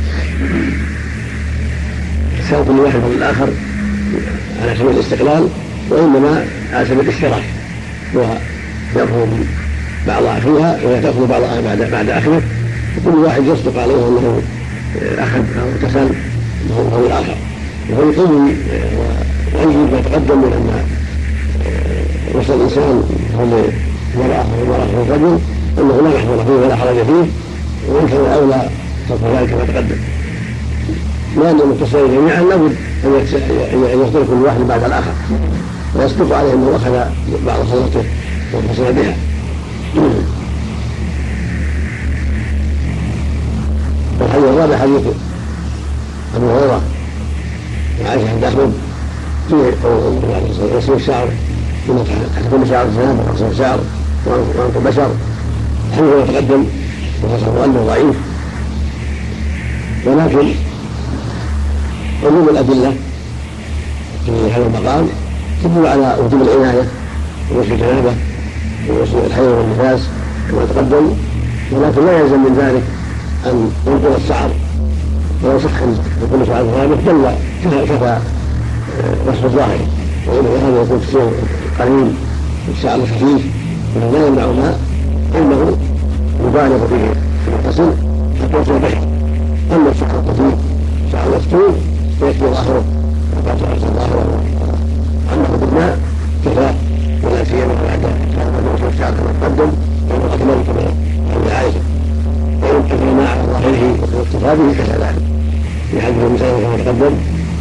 اغتسال كل واحد بفضل الآخر على سبيل الاستقلال وإنما على سبيل الاشتراك ويأخذ بعض أخيها وهي تأخذ بعض بعد بعد أخيه وكل واحد يصدق عليه أنه أخذ أو اغتسل بفضل الآخر وهو يقوي ويجب ما تقدم من أن وصل الإنسان هم المرأة والمرأة والرجل أنه لا محظور فيه ولا حرج فيه وإن كان الأولى ترك ذلك كما تقدم لأن المتصلين جميعا لابد أن يصدر كل واحد بعد الآخر ويصدق عليه أنه أخذ بعض صلاته واتصل بها. والحديث الرابع حديث أبي هريرة وعائشة عند أحمد فيه غسل الشعر ثم تحكم شعر الزناب وغسل الشعر وأنت البشر الحديث ما تقدم وغسله أنه ضعيف ولكن عموم الأدلة في هذا المقام تدل على وجوب العناية وغسل الجنابة وغسل الحيض والنفاس كما تقدم ولكن لا يلزم من ذلك أن ينقل الشعر ولو صح يكون شعر ثابت دل كفى غسل الظاهر وهذا يكون في الشيء قليل الشعر الخفيف ولا يمنع ما انه يبالغ فيه في الغسل حتى يصير بشر. اما الشعر الخفيف شعر مفتون فيكفي ظاهره وقد غسل ظاهره عنه بالماء كفى ولا سيما بعد الشعر كما تقدم وهو اكمل كما قال عائشه وان كفى الماء على ظاهره والاكتفاء به كذلك في حديث المسلم كما تقدم.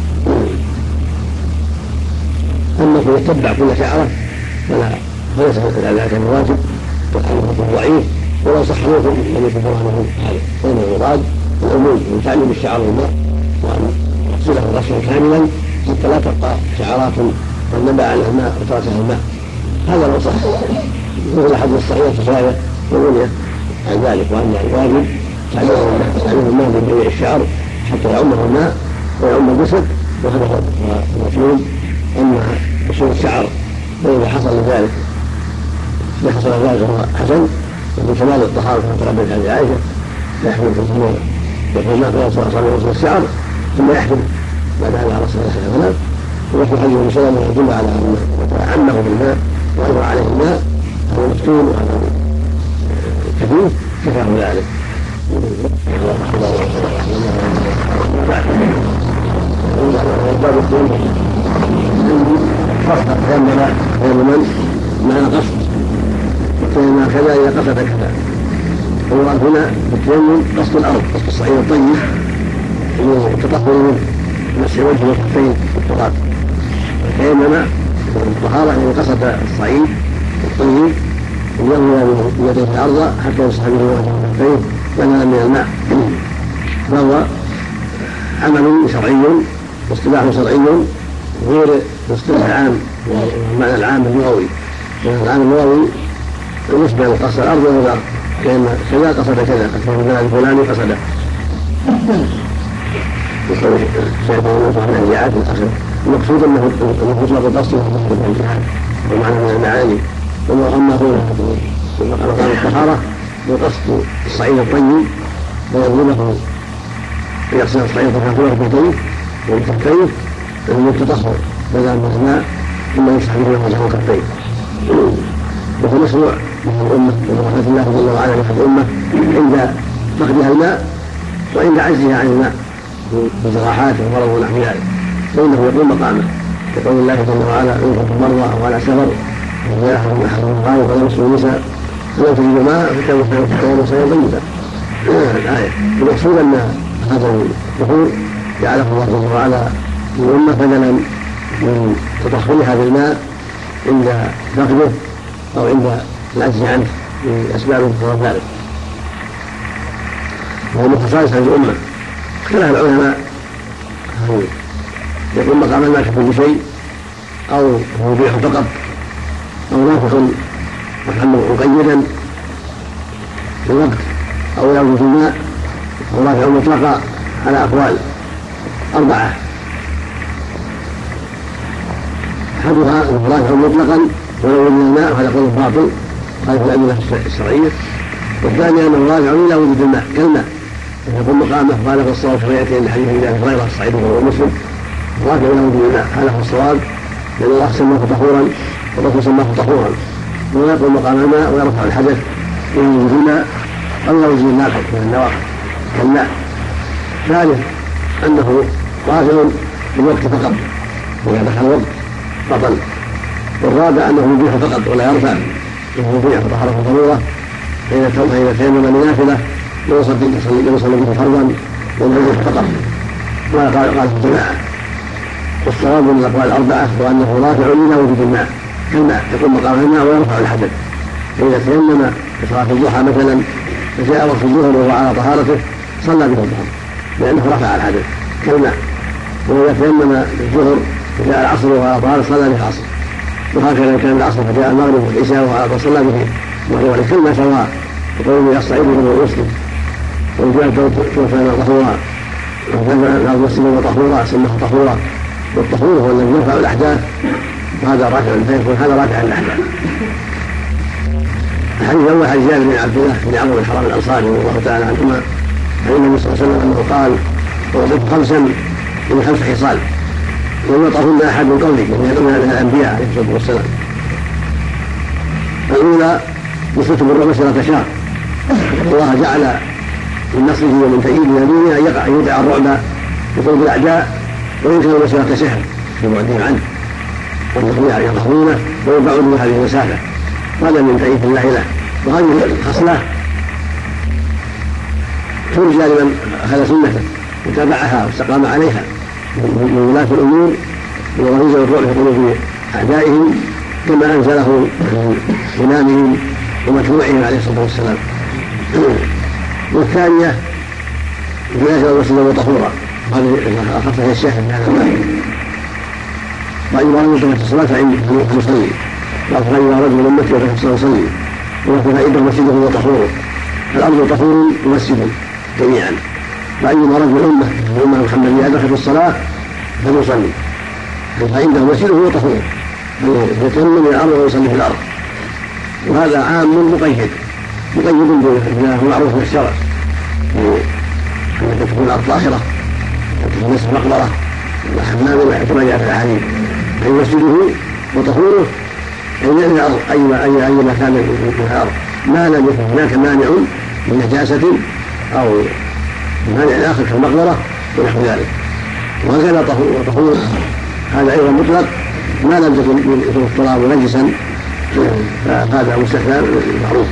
أما أنه يتبع كل شعرة فلا فليس إلى ذلك الواجب والحديث ضعيف ولو صح لم يكن برهانه هذا وإنما المراد العموم من تعليم الشعر والماء وأن يغسله غسلا كاملا حتى لا تبقى شعرات من نبع عنها الماء وتركها الماء. هذا لو صح وهو الحديث الصحيح كفاية وغنية عن ذلك وأن الواجب تعليم الماء من جميع الشعر حتى يعمه الماء ويعم الجسد وهذا هو المطلوب. أما وصول الشعر فإذا حصل ذلك إذا حصل ذلك هو حسن ومن كمال الطهارة كما تقدم في حديث عائشة يحمل في الثمور يقول ما فلا صلى الله وصول الشعر ثم يحمل بعد هذا على الصلاة والسلام وفي حديث ابن سلمة يدل على أنه عمه بالماء وأجرى عليه الماء هذا مفتون وهذا كثير كفاه ذلك. الباب الثاني قصد تيمم تيمما مع قصد التيمم كذا إذا قصد كذا. المراد هنا التيمم قصد الأرض قصد الصعيد الطيب التطهر منه مسح وجه والكفين والتراب تيمم الطهارة إذا قصد الصعيد الطيب يغلو بيديه الأرض حتى يصح به وجهه كفيه ينال من الماء، فهو عمل شرعي واصطلاح شرعي غير الاصطلاح العام والمعنى العام اللغوي. العام اللغوي بالنسبة لقصد الأرض والأرض لأن كذا قصد كذا قصد فلان الفلاني قصده المقصود أنه مطلق القصد ومطلق الجهاد ومعنى من المعاني. أما هو مقام الطهارة بقصد الصعيد الطيب ويظلمه يقصد الصعيد الطيب بالطيب والكفين أنه يتطهر بدل من الماء ثم يمسح به وجهه وكفيه. وهو مشروع من الأمة برحمة الله جل وعلا لأحد الأمة عند فقدها الماء وعند عجزها عن الماء بجراحات ومرض ونحو ذلك، فإنه يقوم مقامه يقول الله جل وعلا إن كنتم مرضى أو على سفر وجاء أحدهم الغائط فلم يمسوا النساء فلم تجدوا ماء فتيمموا صعيدا طيبا. الآية المقصود أن هذا الدخول جعله الله جل وعلا للأمة بدلا من تطهرها بالماء عند فقده أو عند العجز عنه لأسباب تتضمن ذلك، وهو من خصائص هذه الأمة. اختلف العلماء هل يقوم مقام الماء في كل شيء أو هو يبيح فقط أو نافخ مقيدا في الوقت أو يوجد في الماء أو رافع مطلقا على أقوال أربعة. أحدها أنه رافع مطلقا ولو وجد الماء وهذا قول باطل هذه الأدلة الشرعية. والثانية أنه رافع إلى وجود الماء كالماء يقوم مقامه بالغ الصواب في روايتين لحديث أبي هريرة الصحيح وهو مسلم رافع إلى وجود الماء هذا هو الصواب لأن الله سماه طهورا والرسول سماه طهورا ويقوم مقام الماء ويرفع الحدث إلى وجود الماء أو إلى وجود النافع من النواقض كالماء. ثالث أنه رافع بالوقت فقط وإذا دخل الوقت بطل. والرابع أنه يبيح فقط ولا يرفع أنه يبيح فطهره ضرورة فإذا تيمم لنافلة يوصل به فرضا ويبيح فقط ما قال قال الجماعة. والصواب من الأقوال الأربعة وأنه رافع إلى وجود الماء كالماء يقوم مقام الماء ويرفع الحدث. فإذا تيمم في صلاة الضحى مثلا فجاء وقت الظهر وهو على طهارته صلى به الظهر لأنه رفع الحدث كالماء. وإذا تيمم الظهر فجاء العصر وهو على طهارته صلى به العصر. وهكذا كان العصر فجاء المغرب والعشاء وهو على طهارته صلى به المغرب كالماء سواء. وقوله يصعد به مسلم وجاء توفى طهورا وكان المسلم طهورا سماه طهورا. والطهور هو الذي يرفع الأحداث وهذا رافع فيكون هذا رافع الأحداث. الحديث الأول حديث جابر بن عبد الله بن عمرو بن حرام الأنصاري رضي الله تعالى عنهما عن النبي صلى الله عليه وسلم أنه قال أعطيت خمسا من خمس خصال لم يطعهن أحد من قبلك من الأنبياء عليه الصلاة والسلام. الأولى نصرة بالرعب مسيرة شهر الله جعل من نصره ومن تأييد نبيه أن يقع يودع الرعب بقلوب الأعداء ويمكن مسيرة شهر في بعدهم عنه وأن يضحونه ويبعدوا هذه المسافة هذا من تأييد الله له. وهذه الخصلة ترجى لمن أخذ سنته وتابعها واستقام عليها من ولاة الأمور وغريزة الرعب في قلوب أعدائهم كما أنزله من إمامهم ومتبوعهم عليه الصلاة والسلام. والثانية جنازة الرسول وطهورا هذه أخذها الشاهد من هذا المعنى. وإذا رجل تمت الصلاة عند المصلي وأفغير رجل من مكة وتمت الصلاة يصلي وكفى عنده مسجده وطهوره الأرض طهور ومسجد جميعا. فأيما رجل أمة الأمة المحمدية دخل الصلاة فليصلي فعنده مسجده وطهوره فيتيمم من الأرض ويصلي في الأرض. وهذا عام مقيد مقيد بما هو معروف في الشرع أن تكون الأرض طاهرة تكون نصف مقبرة وحمام كما جاء في الأحاديث أي مسجده وطهوره أي الأرض أي أي أي مكان من الأرض ما لم يكن هناك مانع من نجاسة أو مانع آخر كالمقبرة ونحو ذلك. وهكذا طهور هذا أيضا مطلق ما لم يكن التراب نجسا فهذا مستثنى معروف.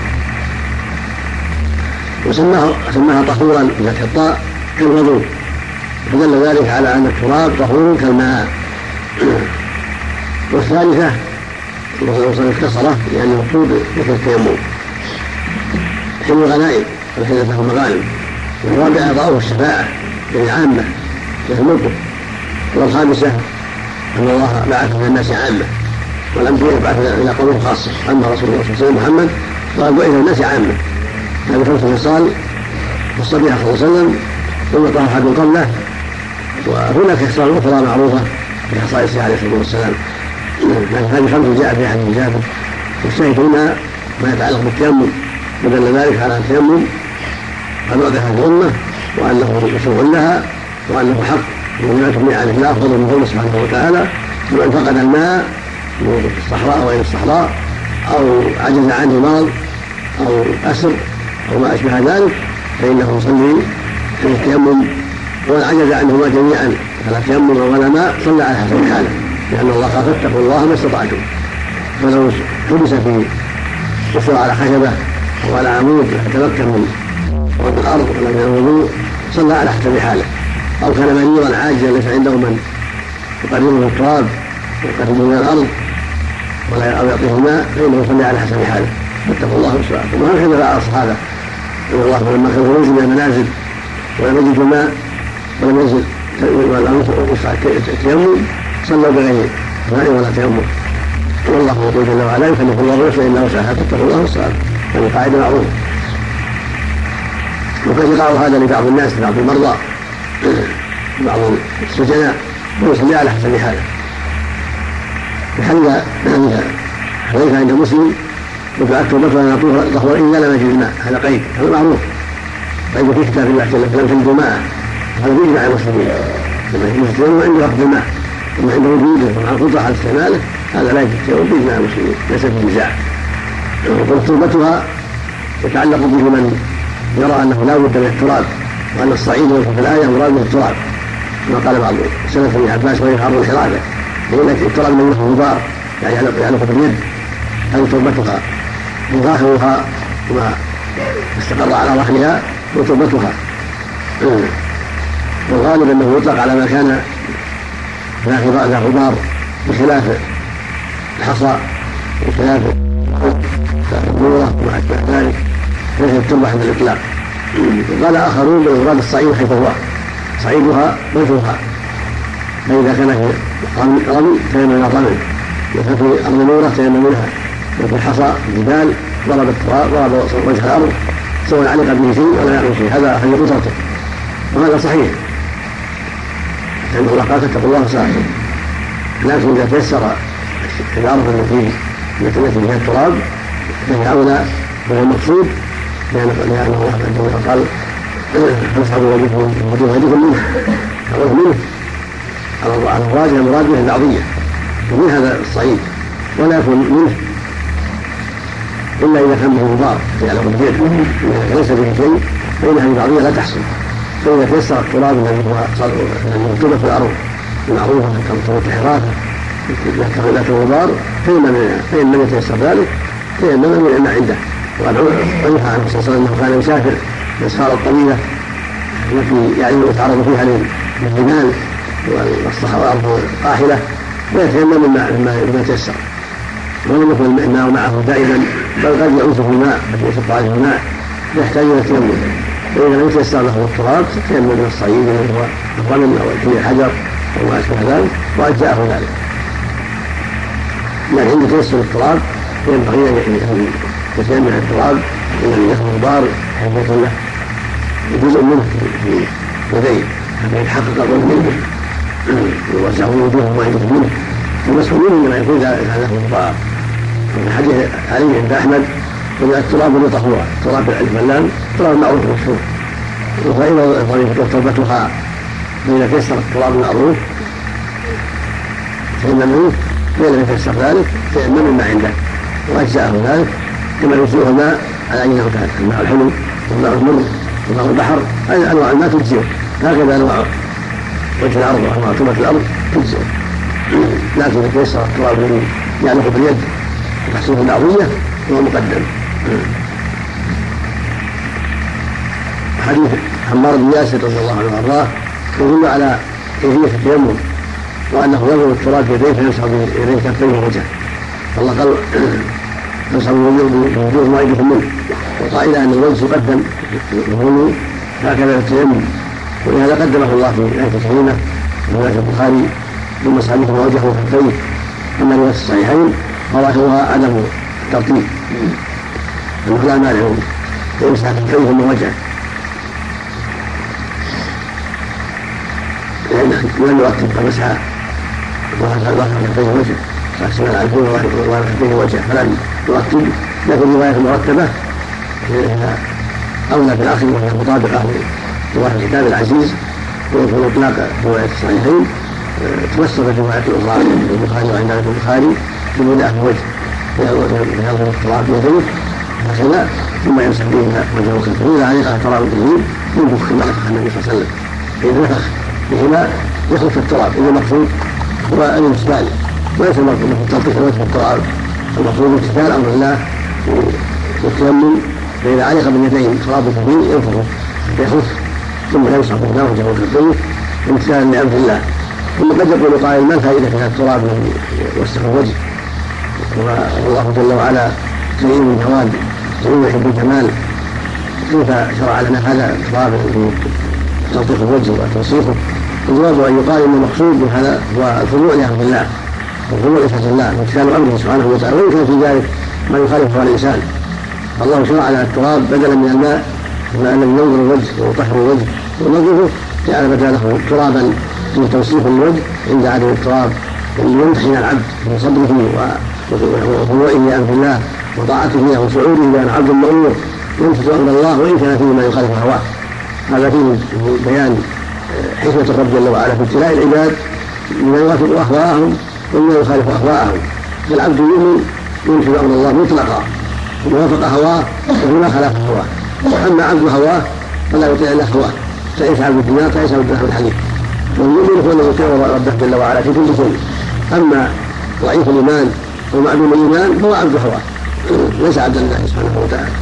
وسماها سماها طهورا بفتح الطاء كالوضوء فدل ذلك على أن التراب طهور كالماء. والثالثة الكسرة لأنه مقصود مثل التيمم حمل الغنائم والحدث له مغانم. والرابعة ضعف الشفاعة للعامة مثل الملك. والخامسة أن الله بعث من الناس عامة والأنبياء بعث إلى قوم خاصة. أما رسول الله صلى الله عليه وسلم محمد قال بعث الناس عامة. هذه خمس خصال خص بها صلى الله عليه وسلم ثم طه أحد قبله. وهناك خصال أخرى معروفة بخصائصه عليه الصلاة والسلام، لكن هذه خمس جاء في حديث جابر. والشاهد هنا ما يتعلق بالتيمم ودل ذلك على التيمم قد وضع هذه الأمة وأنه مشروع لها وأنه حق ومن يتم عليه لا أفضل من الله سبحانه وتعالى. ومن فقد الماء في الصحراء أو غير الصحراء أو عجز عنه مرض أو أسر أو ما أشبه ذلك فإنه يصلي في التيمم. ومن عجز عنهما جميعا فلا تيمم ولا ماء صلى على حسب حاله، لأن الله قال فاتقوا الله ما استطعتم. فلو حبس في وصل على خشبة أو على عمود يتمكن من وضع الأرض ولا من الوضوء صلى على حسب حاله. أو كان مريضا عاجزا ليس عنده من يقربه التراب ويقربه من الأرض ولا أو يعطيه الماء فإنه يصلي على حسب حاله. فاتقوا الله ما استطعتم. وهكذا فعل الصحابة رضي الله عنهم لما كانوا ينزل من المنازل ولم يجدوا ماء ولم ينزل ويسعى التيمم صلوا بغير ماء ولا تيمم. والله يقول جل وعلا يكلف الله نفسا الا وسعها فاتقوا الله ما استطعتم. هذه قاعده معروفه. وقد يقع هذا لبعض الناس لبعض المرضى بعض السجناء ويصلي على حسب حاله. الحديث حديث عند مسلم وفي توبته ولا نطوف ظهر الا لم يجد الماء. هذا قيد، هذا معروف قيد في كتاب الله لم تجدوا ماء. هذا بيجمع المسلمين لما يجب المسلمين عنده فقد الماء وما عنده وجوده ومع القدرة على استعماله هذا لا يجب بيجمع المسلمين ليس في نزاع. وتربتها يتعلق به من يرى أنه لا بد من التراب وأن الصعيد في الآية مراد من التراب كما قال بعض سلف ابن عباس وهي حرب الحرابة لأن التراب من يخرج غبار يعني يعلق باليد. هذه تربتها وظاهرها وما استقر على ظهرها وتربتها. والغالب أنه يطلق على ما كان ذا غبار بخلاف الحصى بخلاف النورة وما أشبه ذلك ليس التربة عند الإطلاق. قال آخرون بالمراد الصعيد حيث هو صعيدها منفوخا فإذا كان في رمل تيمم من الرمل وكان في أرض نورة تيمم منها وفي الحصى الجبال ضرب التراب ضرب وجه الأرض سواء علق به شيء ولا يعلم شيء هذا هي قدرته وهذا صحيح لأن الله قال فاتقوا الله ساعتهم. لكن إذا تيسر الأرض التي التي فيها التراب فهي أولى وهو المقصود لأن الله عندما قال فاسحبوا وجوهكم منه أو منه على الراجح المراد به البعضية ومن هذا الصعيد ولا يكون منه إلا إذا كان به غبار يعلق باليد ليس به شيء فإن هذه البعضية لا تحصل. فإذا تيسر التراب الذي هو مرتبط في الأرض المعروفة كمرتبط الحراسة لا غبار فإن لم يتيسر ذلك فإنما من ما عنده. وقد عرف عنه صلى الله عليه وسلم أنه كان يسافر الأسفار الطويلة التي يعني يتعرض فيها للجبال والصحراء والأرض القاحلة ويتيمم مما تيسر ولم يكن الماء معه دائما بل قد يعوزه الماء قد يشق عليه الماء يحتاج إلى التيمم. فإذا لم يتيسر له التراب تيمم من الصعيد الذي هو الرمل أو الحجر أو ما أشبه ذلك وأجزاءه ذلك. لكن عند تيسر التراب ينبغي أن يتيمم من التراب وأن يكون غبار حيث يكون له جزء منه في يديه حتى يتحقق الظن منه يوسع وجوهه ما يجوز منه والمسح منه لما يكون له غبار. وفي حديث علي عند أحمد وجاء التراب لطهورا التراب الفلان تراب معروف مشهور وفإذا ضريبة تربتها فإذا تيسر التراب المعروف فإن منه فإن لم يتيسر ذلك فإن مما عنده وأجزاءه ذلك كما يجزئه الماء على أي نوع كان الماء الحلو والماء المر وماء البحر هذه أنواع الماء تجزئه هكذا أنواع وجه الأرض وأنواع تربة الأرض تجزئه. لكن إذا تيسر التراب الذي يعلق باليد وتحصيل البعضية هو مقدم. حديث عمار بن ياسر رضي الله عنه وارضاه يدل على كيفية التيمم وأنه يضرب التراب بيديه فيمسح بيديه كفيه ووجهه. الله قال يمسح بوجوه ما أيديكم منه، وقائل أن الوجه يقدم يقول هكذا التيمم، ولهذا قدمه الله في آية الكريمة وهناك البخاري يمسح بكم وجهه وكفيه. أما رواية الصحيحين فظاهرها عدم الترتيب، أنه لا مانع يمسح كفيه ثم وجهه، لأن يرتب فمسح ظهر كفيه وجهه فأحسن العلفون وظهر كفيه وجهه فلم يرتب، لكن رواية مرتبة أولى في الأخذ وهي مطابقة لرواية الكتاب العزيز ويكون إطلاق رواية الصحيحين توسط الرواية الأخرى البخاري وعند البخاري بمدى في وجه فيضرب التراب بيديه هكذا ثم يمسح به وجهه وكفيه. إذا علق التراب باليمين ينفخ كما نفخ النبي صلى الله عليه وسلم، فإذا نفخ بهما يخلف التراب. إذا المقصود هو الامتثال وليس المقصود التلطيف الوجه التراب، المقصود امتثال أمر الله والتيمم. فإذا علق باليدين تراب كثير ينفخه يخف ثم يمسح به وجهه وكفيه امتثالا لأمر الله. ثم قد يقول قائل ما الفائدة في هذا التراب الذي يوسخ الوجه؟ والله جل وعلا كريم الجواد كريم يحب الجمال، كيف شرع لنا هذا التراب في تلطيف الوجه وتوسيخه؟ الجواب أن يقال إن المقصود من هذا هو الخضوع لأمر الله والخضوع لصفة الله وامتثال أمره سبحانه وتعالى، وإن كان في ذلك ما يخالفه الإنسان. الله شرع لنا التراب بدلا من الماء الذي ينظر الوجه ويطهر الوجه ونظفه، جعل بداله ترابا في توسيخ الوجه عند عدم التراب ليمتحن العبد في صدره وخضوعه لأمر الله وطاعته له وشعوره بأن عبد مأمور يمتثل أمر الله وإن كان فيه ما يخالف هواه. هذا فيه بيان حكمة الرب جل وعلا في ابتلاء العباد بما يوافق أهواءهم وما يخالف أهواءهم. فالعبد يؤمن يمتثل أمر الله مطلقا ووافق هواه وما خلاف هواه، أما عبد هواه فلا يطيع إلا هواه، تعيش عبد الدنيا تعيش عبد الحديث. والمؤمن هو الذي يطيع ربه جل وعلا في كل شيء. أما ضعيف الإيمان ومعلوم الإيمان هو عبد هواه ليس عبد الله سبحانه وتعالى.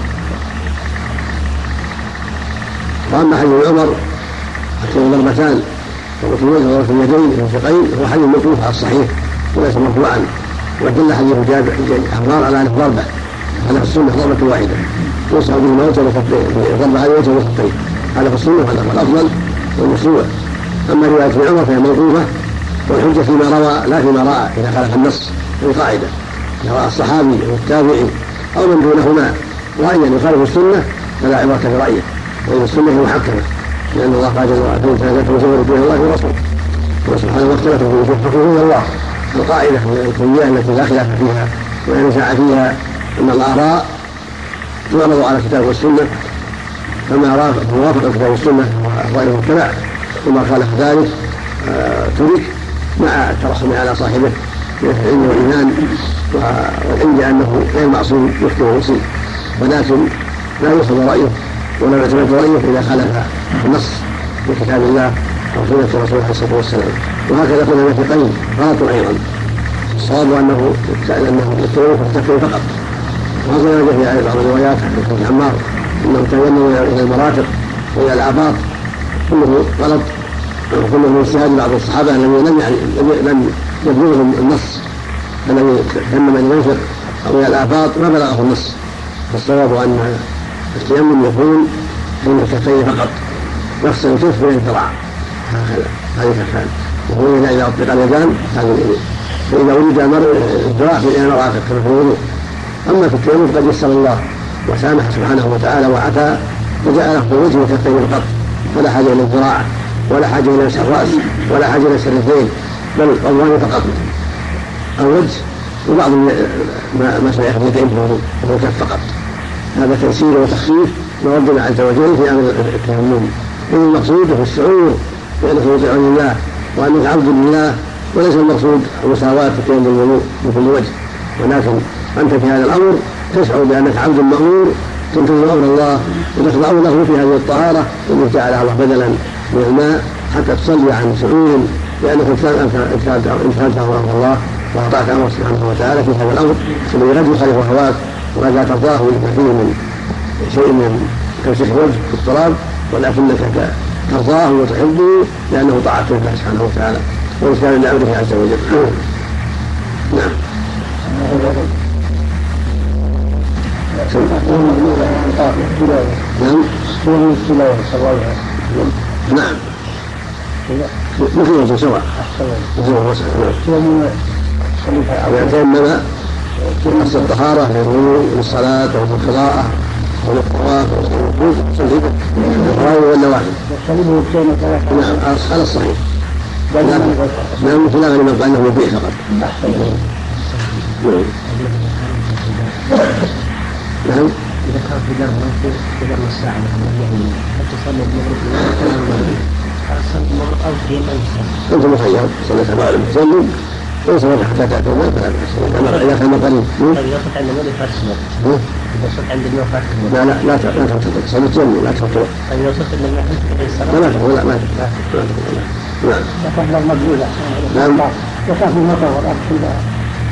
وأما حديث عمر أكثر ضربتان ضربة الوجه وضربة اليدين والفقين هو حديث موقوف على الصحيح وليس مرفوعا، ودل حديث جابر عمار على أنه ضربة، هذا في السنة ضربة واحدة يصعب بالموت وخفين ضربة على الوجه وخفين، هذا في السنة وهذا هو الأفضل والمشروع. أما رواية ابن عمر فهي موقوفة والحجة فيما روى لا فيما رأى إذا خالف النص. القاعدة إذا رأى الصحابي أو التابعي أو من دونهما رأيا يخالف السنة فلا عبرة برأيه، وإن السنة محكمة لأن الله قال جل وعلا فإن تنازعتم فسووا دون الله ورسوله وسبحانه واختلف في حكمه إلى الله. القاعدة الكلية التي لا خلاف فيها ولا نزاع فيها أن الآراء تعرض على الكتاب والسنة، فما وافق الكتاب والسنة هو رأي المتبع وما خالف ذلك آه ترك مع الترحم على صاحبه من العلم والإيمان والعلم بأنه غير معصوم يخطئ ويصيب، ولكن لا يؤخذ رأيه ولا يعتمد رأيه إذا خالف النص من كتاب الله أو سنة رسوله عليه الصلاة والسلام. وهكذا قلنا النافقين غلط أيضا، الصواب أنه أنه يتوقف التكفير فقط. وهذا جاء في بعض الروايات عن عمار أنه تيمم إلى المرافق وإلى الآباط كله غلط، وكله من اجتهاد بعض الصحابة الذين لم لم يبلغهم النص، الذي تيمم إلى المنفق أو إلى الآباط ما بلغه النص. فالصواب أن التيمم يكون بين الكفين فقط، يغسل الكف بين الذراع هكذا هذه كفان، وهو إذا أطلق اليدان هذا اليمين، فإذا وجد الذراع بين المرافق كما في الوضوء. أما في التيمم قد يسر الله وسامح سبحانه وتعالى وعفى وجعله في وجه وكفين فقط، ولا حاجة إلى الذراع ولا حاجة إلى مسح الرأس ولا حاجة إلى السرتين، بل قضوان فقط الوجه وبعض ما سيأخذ يدين في الوضوء وهو الكف فقط. هذا تيسير وتخفيف من ربنا عز وجل في أمر التيمم. إن المقصود هو الشعور بأنك مطيع لله وأنك عبد لله، وليس المقصود المساواة في التيمم بالوضوء من كل وجه، ولكن أنت في هذا الأمر تشعر بأنك عبد مأمور تنتظر أمر الله وتخضع له في هذه الطهارة التي جعلها الله بدلا من الماء حتى تصلي عن شعور بأنك امتثلت أمر الله وأطعت أمره سبحانه وتعالى في هذا الأمر الذي قد يخالف هواك وقد لا ترضاه لما فيه من شيء من توسيخ الوجه في التراب، ولكنك ترضاه وتحبه لأنه طاعته لله سبحانه وتعالى. وإسلام لأمره عز وجل. نعم. نعم. مثل وجه سواء. ويتيمم أصل الطهارة للوضوء للصلاة وللقراءة وللطواف والوضوء والفرائض والنوافل. نعم على الصحيح. نعم خلاف لمن قال انه يبيع فقط. نعم. إذا كان في درب في درب الساعة يعني تصلي المغرب تصلي المغرب أو في المسجد. أنت مخير صليت مع المسلم ليس مرة حتى تأتون فلا بأس. إذا كان قريب. إذا صرت عند المغرب فارس إذا صرت عند المغرب فارس لا لا لا لا تفضل صلي تجمع لا تفضل. إذا صرت عند المغرب لا لا تفضل لا ما تفضل. نعم. تفضل مقبولة. نعم. وكان في المطر والأرض كلها.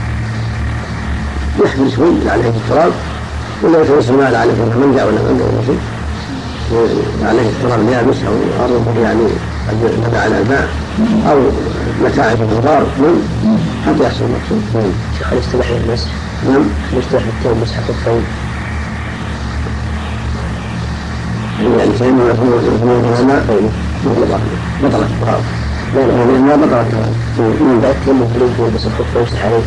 يحمل شوي عليه التراب ولا يتوسل ما عليه من جاء ولا من جاء شيء عليه التراب اللي يلمسه ويعرضه يعني الندى على الماء او متاع في الغبار حتى يحصل المقصود. شيخ الاستباح للمسح. نعم. الاستباح بالتيمم مسح الخفين. يعني التيمم يكون العلماء بطلت الطهارة. لا لا ما بطلت الطهارة. بعد التيمم بالوضوء يلبس الخف ويمسح عليه.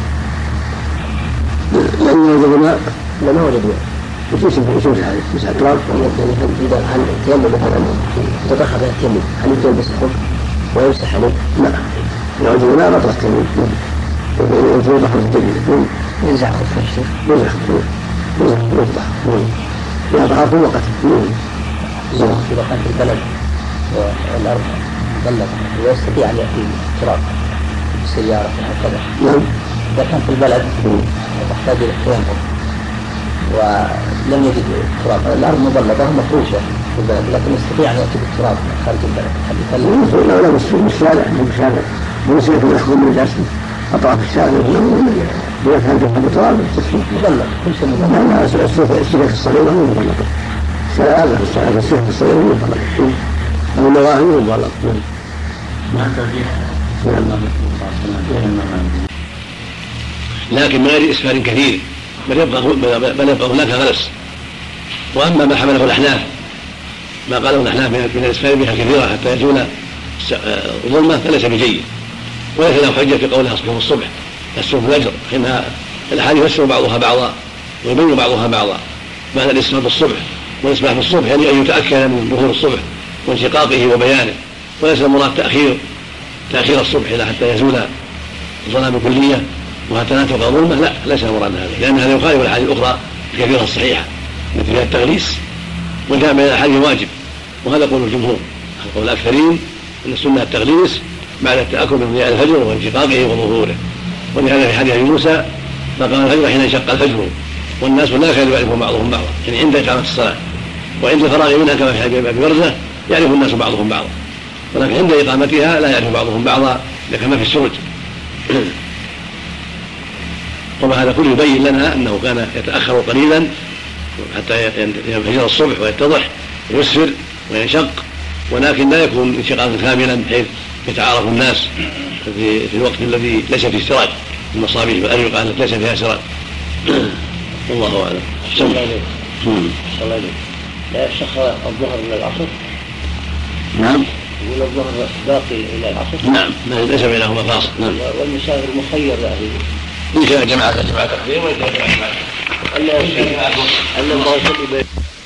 لأن وجد ماء. لا ما وجد ماء. وش يمسح عليه؟ يمسح التراب. إذا هل التيمم مثلا تدخل فيها التيمم هل يلبس الخف ويمسح عليه؟ لا. لو وجد ماء بطلت التيمم. يوضح التيمم. ينزع خفه الشيخ. ينزع خفه. يوضح. يضع في وقت. إذا كان في البلد والأرض مظلمة ويستطيع أن يأتي التراب بالسيارة وهكذا. نعم. إذا كان في البلد وتحتاج إلى التيمم ولم يجد التراب الأرض مظلمة مفروشة في البلد لكن يستطيع أن يأتي بالتراب خارج البلد. لا لا مش في الشارع مش في الشارع ونسيت من أخذ من الجسم أطراف الشارع إذا كان جنب التراب مظلم كل شيء مظلم. لا لا السفة الصغيرة مو مظلمة. الشارع لا السفة الصغيرة مو مظلمة. أو النواهي مو مظلمة. لكن ما يريد إسفار كثير بل يبقى, بل يبقى هناك غلس. وأما ما حمله الأحناف ما قاله الأحناف من الإسفار بها كثيرة حتى يزول ظلمة فليس بجيد وليس له حجة في قولها أصبح الصبح يسلم الأجر حينها الأحاديث يفسر بعضها بعضا ويبين بعضها بعضا. معنى الإسفار بالصبح والإصباح بالصبح يعني أن يتأكد من ظهور الصبح وانشقاقه وبيانه وليس المراد تأخير تأخير الصبح إلى حتى يزول الظلام الكلية وحتى لا تبقى ظلمة. لا ليس المراد هذا لأن هذا يخالف الأحاديث الأخرى الكثيرة الصحيحة التي فيها التغليس وجاء بين الأحاديث واجب وهذا قول الجمهور. قول الأكثرين أن السنة التغليس بعد التأكد من ضياء الفجر وانشقاقه وظهوره. ولهذا في حديث موسى فقال الفجر حين انشق الفجر والناس لا يكاد يعرفون بعضهم بعضا يعني عند إقامة الصلاة وعند الفراغ منها كما في حديث أبي برزة يعرف الناس بعضهم بعضا ولكن عند إقامتها لا يعرف بعضهم بعضا كما في السرج. طبعا هذا كله يبين لنا أنه كان يتأخر قليلا حتى ينفجر الصبح ويتضح ويسفر وينشق ولكن لا يكون انشقاقا كاملا بحيث يتعارف الناس في الوقت الذي ليس فيه سراج المصابيح والأريق قالت ليس فيها سراج. والله أعلم. صلى الله عليه صلى الله عليه لا يشخ الظهر إلى العصر. نعم. يقول الظهر باقي إلى العصر. نعم ليس بينهما فاصل. نعم. والمسافر مخير له إن شاء جماعة جماعة تقديم وإن شاء جماعة ألا ألا الله يصلي